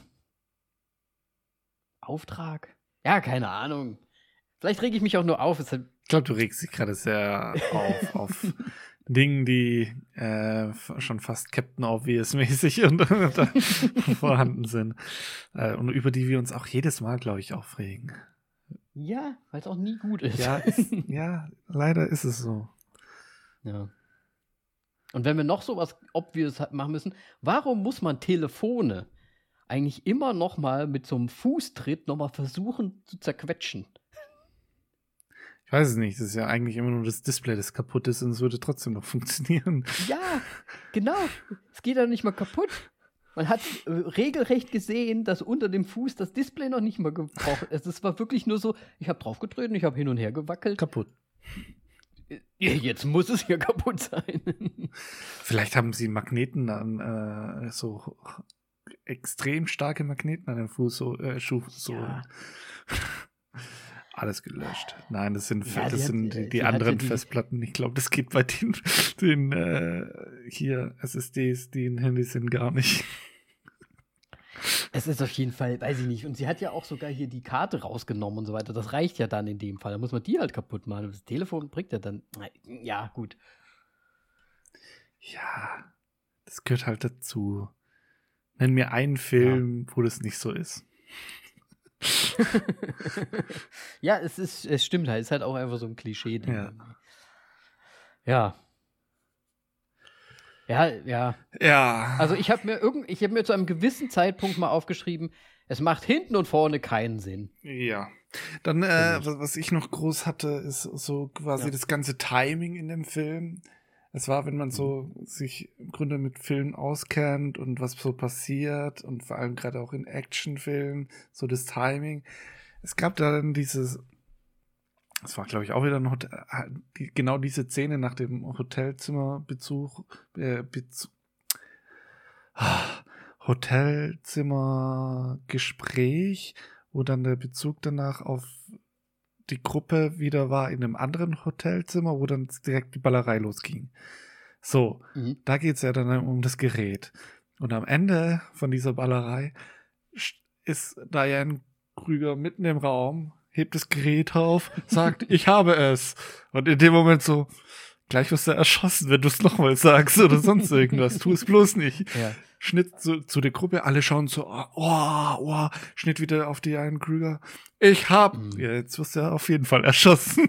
Auftrag? Ja, keine Ahnung. Vielleicht rege ich mich auch nur auf. Es hat, Ich glaube, du regst dich gerade sehr auf, auf Dingen, die äh, f- schon fast Captain Obvious-mäßig und, und da vorhanden sind. Äh, und über die wir uns auch jedes Mal, glaube ich, aufregen. ja, weil es auch nie gut ist. Ja, ist, ja, leider ist es so. Ja. Und wenn wir noch sowas obvious machen müssen, warum muss man Telefone eigentlich immer noch mal mit so einem Fußtritt noch mal versuchen zu zerquetschen? Ich weiß es nicht, das ist ja eigentlich immer nur das Display, das kaputt ist und es würde trotzdem noch funktionieren. Ja, genau. Es geht ja nicht mal kaputt. Man hat äh, regelrecht gesehen, dass unter dem Fuß das Display noch nicht mal gebraucht ist. Es war wirklich nur so, ich habe draufgetreten, ich habe hin und her gewackelt. Kaputt. Jetzt muss es ja kaputt sein. Vielleicht haben sie Magneten an, äh, so extrem starke Magneten an dem Fuß, so, äh, Schuh, so. Ja. Alles gelöscht. Nein, das sind, Ja, das die sind hat- die, die die hat anderen ja die- Festplatten. Ich glaube, das geht bei den, den äh, hier S S Ds, die in Handys sind, gar nicht. Es ist auf jeden Fall, weiß ich nicht. Und sie hat ja auch sogar hier die Karte rausgenommen und so weiter. Das reicht ja dann in dem Fall. Da muss man die halt kaputt machen. Das Telefon bringt ja dann. Ja, gut. Ja, das gehört halt dazu. Nenn mir einen Film, wo das nicht so ist. Ja, es ist, es stimmt halt. Es ist halt auch einfach so ein Klischee. Ja. Ja. Ja, ja. Ja. Also ich habe mir irgend, ich habe mir zu einem gewissen Zeitpunkt mal aufgeschrieben, es macht hinten und vorne keinen Sinn. Ja. Dann, äh, was, was ich noch groß hatte, ist so quasi Ja. das ganze Timing in dem Film. Es war, wenn man so sich im Grunde mit Filmen auskennt und was so passiert und vor allem gerade auch in Actionfilmen, so das Timing. Es gab da dann dieses, das war glaube ich auch wieder ein Hotel, die, genau diese Szene nach dem Hotelzimmerbezug, äh, Bezug, ah, Hotelzimmergespräch, wo dann der Bezug danach auf die Gruppe wieder war in einem anderen Hotelzimmer, wo dann direkt die Ballerei losging. So, Mhm. da geht's ja dann um das Gerät. Und am Ende von dieser Ballerei sch- ist Diane Krüger mitten im Raum, hebt das Gerät auf, sagt, ich habe es. Und in dem Moment so, gleich wirst du erschossen, wenn du es nochmal sagst oder sonst irgendwas. Tu es bloß nicht. Ja. Schnitt zu, zu der Gruppe, alle schauen so, oh, oh, oh, Schnitt wieder auf Diane Krüger. Ich hab, Mhm. ja, jetzt wirst du ja auf jeden Fall erschossen.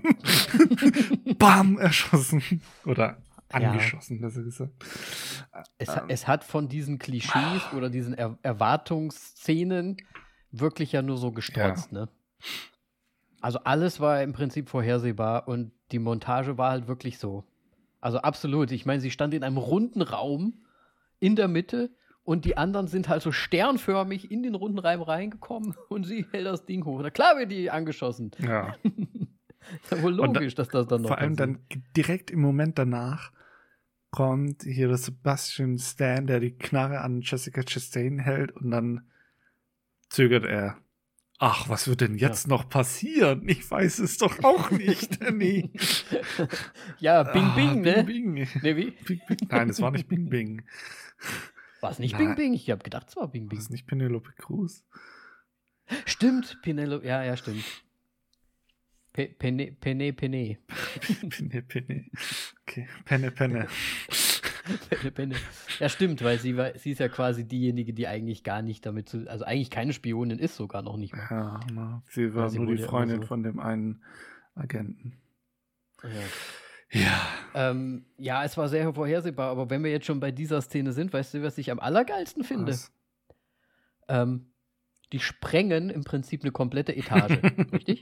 Bam, erschossen. Oder angeschossen, besser gesagt. Es, Ähm. es hat von diesen Klischees oder diesen er Erwartungsszenen wirklich ja nur so gestrotzt, ne? Also alles war im Prinzip vorhersehbar und die Montage war halt wirklich so. Also absolut. Ich meine, sie stand in einem runden Raum in der Mitte und die anderen sind halt so sternförmig in den runden Raum reingekommen und sie hält das Ding hoch. Na klar wird die angeschossen. Ja. Ist ja wohl Und da- logisch, dass das dann noch Vor allem passiert. dann direkt im Moment danach kommt hier der Sebastian Stan, der die Knarre an Jessica Chastain hält und dann zögert er. Ach, was wird denn jetzt noch passieren? Ich weiß es doch auch nicht, Danny. Ja, Bing Bing, Ah, ne? Bing, Bing. Ne, wie? Bing, Bing. Nein, es war nicht Bing Bing. War es nicht Nein. Bing Bing? Ich habe gedacht, es war Bing War Bing. es nicht Penelope Cruz? Stimmt, Penelope, ja, ja, stimmt. Pe Pene, Pene, Pene. Penne, Penne. Okay, Penne, Penne. Pene, Pene. Ja, stimmt, weil sie, war, sie ist ja quasi diejenige, die eigentlich gar nicht damit zu, also eigentlich keine Spionin ist, sogar noch nicht mal. Ja, na, sie war Ja, sie nur die wurde ja immer Freundin so- von dem einen Agenten. Ja. Ja. Ähm, ja, es war sehr vorhersehbar, aber wenn wir jetzt schon bei dieser Szene sind, weißt du, was ich am allergeilsten finde? Was? Ähm, die sprengen im Prinzip eine komplette Etage, richtig?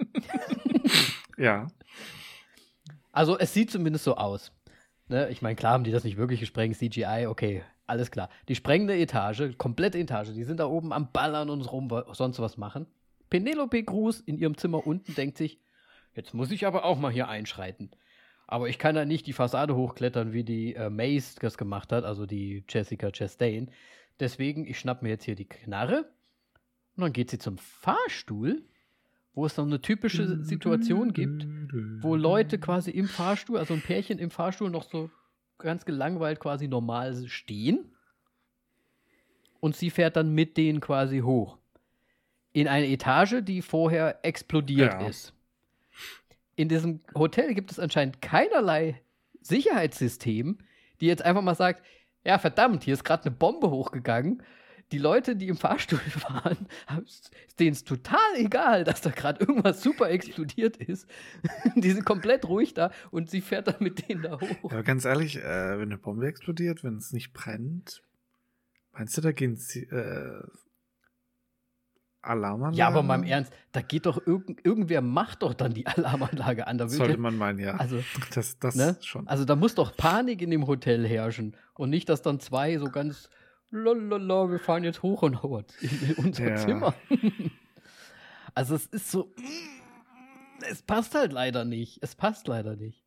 Ja. Also es sieht zumindest so aus. Ne? Ich meine, klar haben die das nicht wirklich gesprengt, C G I, okay, alles klar. Die sprengen eine Etage, komplette Etage, die sind da oben am Ballern und rum, sonst was machen. Penelope Cruz in ihrem Zimmer unten denkt sich, jetzt muss ich aber auch mal hier einschreiten. Aber ich kann ja nicht die Fassade hochklettern, wie die äh, Mace das gemacht hat, also die Jessica Chastain. Deswegen, ich schnapp mir jetzt hier die Knarre und dann geht sie zum Fahrstuhl, wo es dann eine typische Situation gibt, wo Leute quasi im Fahrstuhl, also ein Pärchen im Fahrstuhl noch so ganz gelangweilt quasi normal stehen und sie fährt dann mit denen quasi hoch. In eine Etage, die vorher explodiert Ja. ist. In diesem Hotel gibt es anscheinend keinerlei Sicherheitssystem, die jetzt einfach mal sagt, ja verdammt, hier ist gerade eine Bombe hochgegangen, die Leute, die im Fahrstuhl waren, ist denen ist total egal, dass da gerade irgendwas super explodiert ist. Die sind komplett ruhig da und sie fährt dann mit denen da hoch. Ja, aber ganz ehrlich, äh, wenn eine Bombe explodiert, wenn es nicht brennt, meinst du, da gehen sie, äh, Alarmanlage? Ja, aber mal im Ernst, da geht doch irgend, irgendwer macht doch dann die Alarmanlage an. Da will Sollte der, man meinen, ja. also, Das, das ne? schon. Also da muss doch Panik in dem Hotel herrschen und nicht, dass dann zwei so ganz lalala, wir fahren jetzt hoch und Howard in unser Ja. Zimmer. Also es ist so, es passt halt leider nicht. Es passt leider nicht.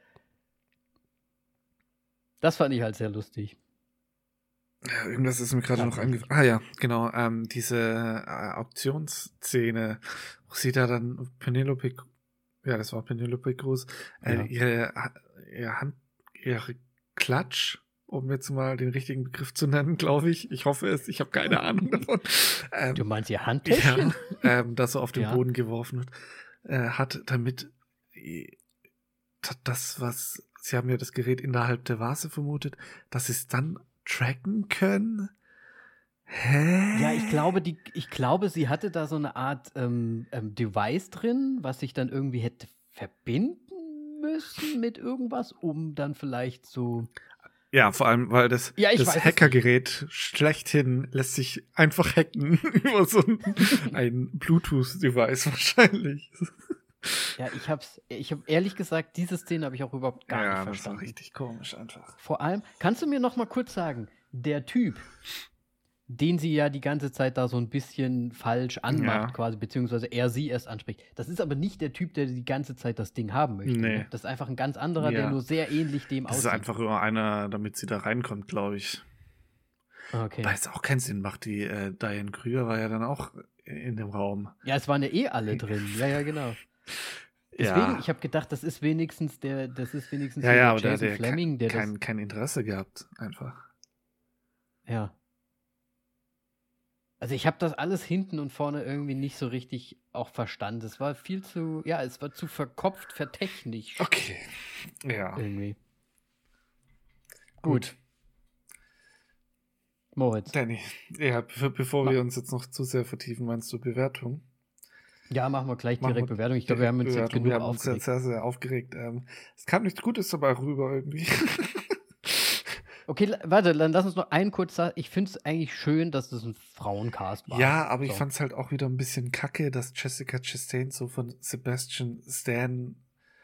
Das fand ich halt sehr lustig. Ja, irgendwas ist mir gerade noch eingefallen. Ah ja, genau. Ähm, diese äh, Auktionsszene, wo sie da dann Penelope, ja, das war Penelope Cruz, äh, Ja. ihre, ihre Hand, ihre Klatsch, um jetzt mal den richtigen Begriff zu nennen, glaube ich. Ich hoffe es, ich habe keine Ahnung davon. Ähm, Du meinst ihr Handtäschchen? ja, ähm, das so auf den Ja. Boden geworfen wird, äh, hat damit äh, das, was, sie haben ja das Gerät innerhalb der Vase vermutet, dass sie es dann tracken können? Hä? Ja, ich glaube, die, ich glaube, sie hatte da so eine Art ähm, ähm, Device drin, was sich dann irgendwie hätte verbinden müssen mit irgendwas, um dann vielleicht so. Ja, vor allem, weil das, Ja, ich weiß das es Hackergerät schlechthin lässt sich einfach hacken über so ein, ein Bluetooth-Device wahrscheinlich. Ja, ich hab's, ich habe ehrlich gesagt, diese Szene habe ich auch überhaupt gar ja, nicht das war verstanden. richtig komisch einfach. Vor allem, kannst du mir noch mal kurz sagen, der Typ, den sie ja die ganze Zeit da so ein bisschen falsch anmacht, Ja. quasi, beziehungsweise er sie erst anspricht. Das ist aber nicht der Typ, der die ganze Zeit das Ding haben möchte. Nee. Ne? Das ist einfach ein ganz anderer, Ja. der nur sehr ähnlich dem Das ist aussieht. einfach nur einer, damit sie da reinkommt, glaube ich. Okay. Weil es auch keinen Sinn macht. Die äh, Diane Krüger war ja dann auch in dem Raum. Ja, es waren ja eh alle drin. Ja, ja, genau. Deswegen, ja. ich habe gedacht, das ist wenigstens der, das ist wenigstens Ja, so ja, der aber der hat Jason ja Fleming, der kein, kein Interesse gehabt, einfach. das. Ja. Also ich habe das alles hinten und vorne irgendwie nicht so richtig auch verstanden. Es war viel zu, ja, es war zu verkopft, vertechnisch Okay. Ja. irgendwie. Gut. Moritz. Danny, ja, be bevor Ma- wir uns jetzt noch zu sehr vertiefen, meinst du Bewertung? Ja, machen wir gleich Machen direkt wir Bewertung. Ich glaube, wir haben uns jetzt Bewertung. genug Wir haben uns aufgeregt. jetzt sehr, sehr aufgeregt. Ähm, es kam nichts Gutes dabei rüber irgendwie. Okay, la- warte, dann lass uns noch einen kurz sagen. Ich finde es eigentlich schön, dass das ein Frauencast war. Ja, aber ich So. fand es halt auch wieder ein bisschen kacke, dass Jessica Chastain so von Sebastian Stan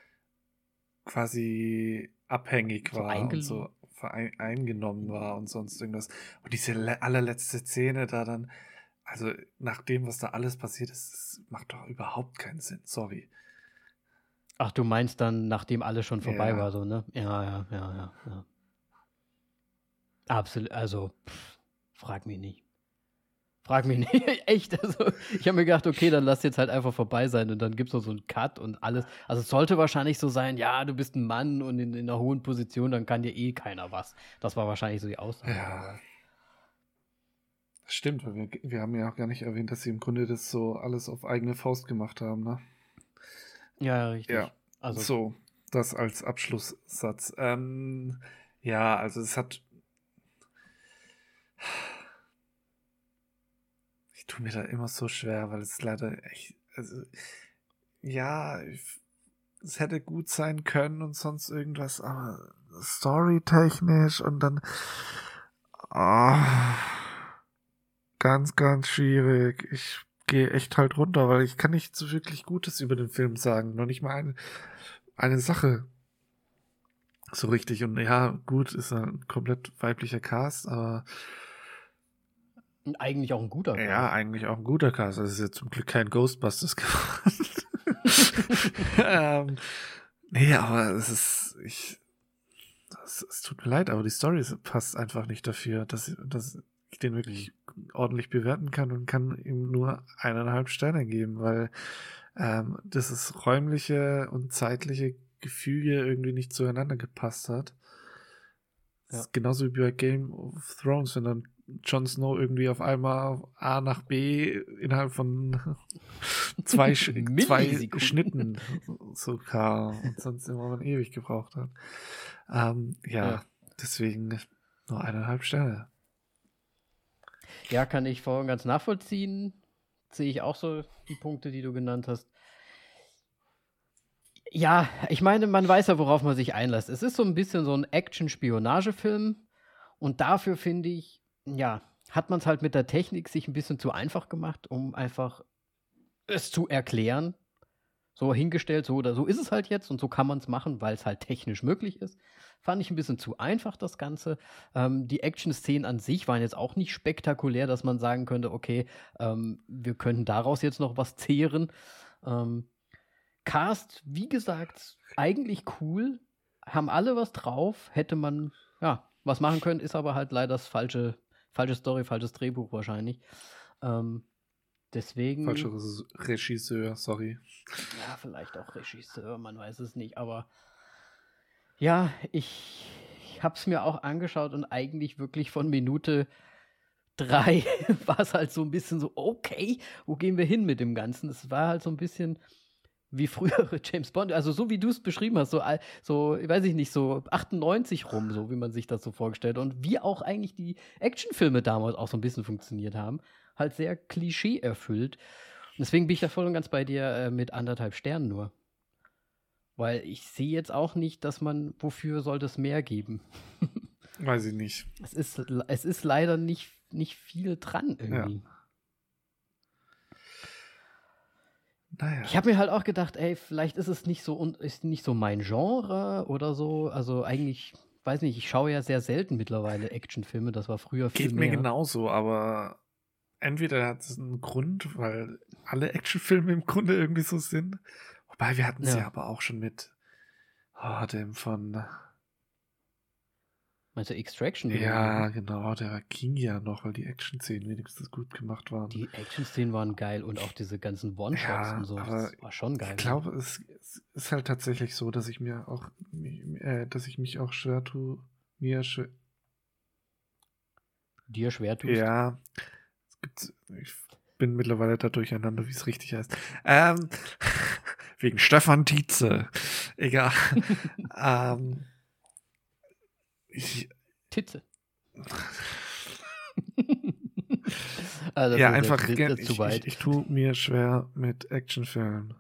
quasi abhängig So war eingel- und so verein eingenommen war und sonst irgendwas. Und diese le- allerletzte Szene da dann, also nach dem, was da alles passiert ist, das macht doch überhaupt keinen Sinn. Sorry. Ach, du meinst dann, nachdem alles schon vorbei Ja. war, so, ne? Ja, ja, ja, ja. ja. Absolut, also, pff, frag mich nicht. Frag mich nicht. Echt, also, ich habe mir gedacht, okay, dann lass jetzt halt einfach vorbei sein und dann gibt's noch so einen Cut und alles. Also, es sollte wahrscheinlich so sein, ja, du bist ein Mann und in, in einer hohen Position, dann kann dir eh keiner was. Das war wahrscheinlich so die Aussage. Ja. Das stimmt, weil wir, wir haben ja auch gar nicht erwähnt, dass sie im Grunde das so alles auf eigene Faust gemacht haben, ne? Ja, ja, richtig. Ja. Also, So, das als Abschlusssatz. Ähm, ja, also es hat. Ich tue mir da immer so schwer, weil es leider echt. Also, ja, ich, es hätte gut sein können und sonst irgendwas, aber storytechnisch und dann. ah, ganz, ganz schwierig. Ich gehe echt halt runter, weil ich kann nicht so wirklich Gutes über den Film sagen. Noch nicht mal eine, eine Sache so richtig. Und ja, gut, ist ein komplett weiblicher Cast, aber eigentlich auch ein guter Cast. ja, eigentlich auch ein guter Cast. Das ist ja zum Glück kein Ghostbusters geworden. ähm, nee, aber es ist, ich, das, es tut mir leid, aber die Story passt einfach nicht dafür, dass, dass ich den wirklich ordentlich bewerten kann und kann ihm nur eineinhalb Sterne geben, weil ähm, das ist räumliche und zeitliche Gefüge irgendwie nicht zueinander gepasst hat. Das Ja. ist genauso wie bei Game of Thrones, wenn dann Jon Snow irgendwie auf einmal A nach B innerhalb von zwei, Sch zwei Millisekunden. Schnitten so kam und sonst immer man ewig gebraucht hat. Ähm, ja, Ja. deswegen nur eineinhalb Sterne. Ja, kann ich voll und ganz nachvollziehen. Sehe ich auch so die Punkte, die du genannt hast. Ja, ich meine, man weiß ja, worauf man sich einlässt. Es ist so ein bisschen so ein Action-Spionage-Film. Und dafür finde ich, ja, hat man es halt mit der Technik sich ein bisschen zu einfach gemacht, um einfach es zu erklären. So hingestellt, so oder so ist es halt jetzt und so kann man es machen, weil es halt technisch möglich ist. Fand ich ein bisschen zu einfach, das Ganze. Ähm, die Action-Szenen an sich waren jetzt auch nicht spektakulär, dass man sagen könnte, okay, ähm, wir könnten daraus jetzt noch was zehren. Ähm, Cast, wie gesagt, eigentlich cool. Haben alle was drauf. Hätte man, ja, was machen können, ist aber halt leider das falsche, falsche Story, falsches Drehbuch wahrscheinlich. Ähm, deswegen. Falscher Regisseur, sorry. Ja, vielleicht auch Regisseur, man weiß es nicht. Aber ja, ich, ich habe es mir auch angeschaut und eigentlich wirklich von Minute drei war es halt so ein bisschen so, okay, wo gehen wir hin mit dem Ganzen? Es war halt so ein bisschen wie frühere James Bond, also so wie du es beschrieben hast, so, al- so, weiß ich nicht, so achtundneunzig rum, so wie man sich das so vorgestellt hat. Und wie auch eigentlich die Actionfilme damals auch so ein bisschen funktioniert haben. Halt sehr Klischee erfüllt. Und deswegen bin ich da voll und ganz bei dir äh, mit anderthalb Sternen nur. Weil ich sehe jetzt auch nicht, dass man, wofür sollte es mehr geben? Weiß ich nicht. Es ist, es ist leider nicht, nicht viel dran irgendwie. Ja. Naja. Ich habe mir halt auch gedacht, ey, vielleicht ist es nicht so und ist nicht so mein Genre oder so. Also eigentlich, weiß nicht, ich schaue ja sehr selten mittlerweile Actionfilme. Das war früher viel Geht mehr. mir genauso, aber entweder hat es einen Grund, weil alle Actionfilme im Grunde irgendwie so sind. Wobei wir hatten sie Ja. aber auch schon mit oh, dem von Meinst du Extraction? oder ja, so? genau, der ging ja noch, weil die Action-Szenen wenigstens gut gemacht waren. Die Action-Szenen waren geil und auch diese ganzen One-Shots Ja, und so. aber Das war schon geil. Ich glaube, es, es ist halt tatsächlich so, dass ich mir auch, äh, dass ich mich auch schwer tue, mir schwer, Dir schwer tust. ja, es gibt, ich bin mittlerweile da durcheinander, wie es richtig heißt. Ähm, wegen Stefan Tietze. Egal. ähm, ich, Titze. also ja, das ist einfach, jetzt- gen- das ist zu ich, weit. ich, ich tue mir schwer mit Actionfilmen.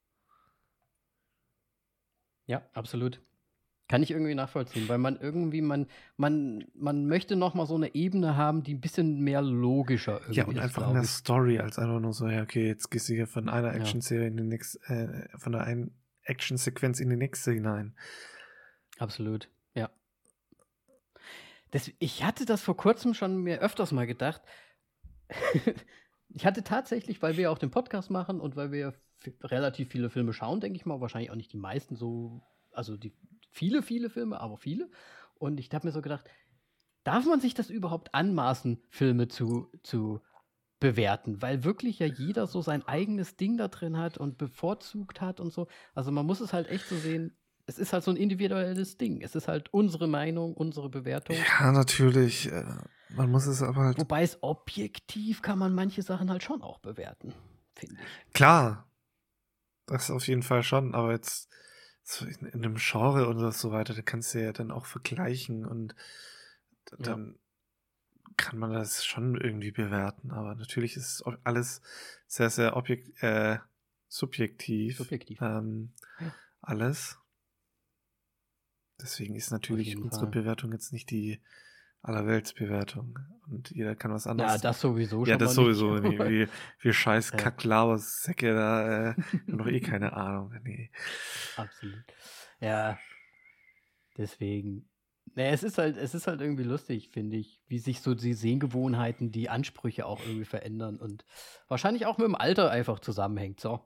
Ja, absolut. Kann ich irgendwie nachvollziehen, weil man irgendwie, man, man, man möchte noch mal so eine Ebene haben, die ein bisschen mehr logischer irgendwie Ja, und ist, einfach glaub mehr ich. Story, als einfach nur so, ja, okay, jetzt gehst du hier von einer Ja. Action-Serie in die nächste, äh, von der einen Action-Sequenz in die nächste hinein. Absolut, ja. Das, ich hatte das vor kurzem schon mir öfters mal gedacht. Ich hatte tatsächlich, weil wir ja auch den Podcast machen und weil wir f- relativ viele Filme schauen, denke ich mal, wahrscheinlich auch nicht die meisten so, also die viele, viele Filme, aber viele. Und ich habe mir so gedacht, darf man sich das überhaupt anmaßen, Filme zu, zu bewerten? Weil wirklich ja jeder so sein eigenes Ding da drin hat und bevorzugt hat und so. Also man muss es halt echt so sehen, es ist halt so ein individuelles Ding. Es ist halt unsere Meinung, unsere Bewertung. Ja, natürlich. äh, Man muss es aber halt. Wobei es objektiv kann man manche Sachen halt schon auch bewerten, finde ich. Klar. Das auf jeden Fall schon, aber jetzt so in, in einem Genre oder so weiter, da kannst du ja dann auch vergleichen und d- Ja. dann kann man das schon irgendwie bewerten. Aber natürlich ist ob- alles sehr, sehr objekt, äh, subjektiv. Subjektiv. Ähm, Ja. Alles. Deswegen ist natürlich jeden unsere Fall. Bewertung jetzt nicht die Allerweltsbewertung. Und jeder kann was Ja, anderes. das sowieso schon Ja, das mal sowieso. nicht. Wie, wie, wie scheiß Ja. Kacklauer-Säcke da. Äh, haben doch eh keine Ahnung. Nee. Absolut. Ja, deswegen. Naja, es ist halt, es ist halt irgendwie lustig, finde ich, wie sich so die Sehgewohnheiten, die Ansprüche auch irgendwie verändern und wahrscheinlich auch mit dem Alter einfach zusammenhängt. So.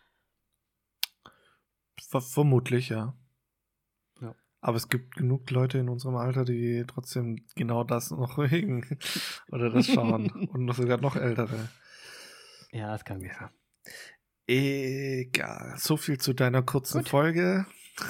Ver vermutlich, ja. Ja. Aber es gibt genug Leute in unserem Alter, die trotzdem genau das noch mögen. Oder das schauen. Und noch sogar noch ältere. Ja, das kann gut Ja. sein. Egal. So viel zu deiner kurzen Gut. Folge.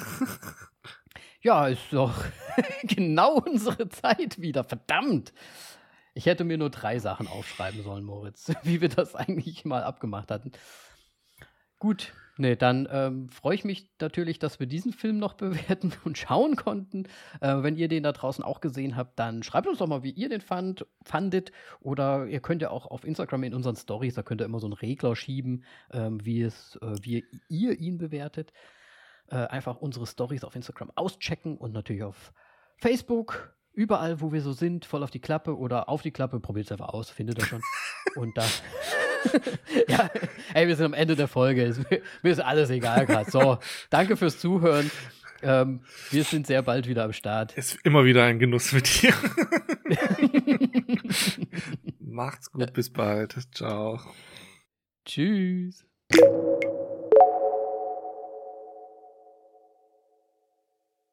Ja, ist doch genau unsere Zeit wieder. Verdammt! Ich hätte mir nur drei Sachen aufschreiben sollen, Moritz, wie wir das eigentlich mal abgemacht hatten. Gut, Nee, dann ähm, freue ich mich natürlich, dass wir diesen Film noch bewerten und schauen konnten. Äh, wenn ihr den da draußen auch gesehen habt, dann schreibt uns doch mal, wie ihr den fand, fandet. Oder ihr könnt ja auch auf Instagram in unseren Stories, da könnt ihr immer so einen Regler schieben, ähm, wie, es, äh, wie ihr ihn bewertet. Äh, einfach unsere Stories auf Instagram auschecken und natürlich auf Facebook. Überall, wo wir so sind, voll auf die Klappe oder auf die Klappe, probiert es einfach aus, findet ihr schon. Und dann. Ja, ey, wir sind am Ende der Folge. Ist, mir ist alles egal gerade. So, danke fürs Zuhören. Ähm, wir sind sehr bald wieder am Start. Ist immer wieder ein Genuss mit dir. Macht's gut, bis bald. Ciao. Tschüss.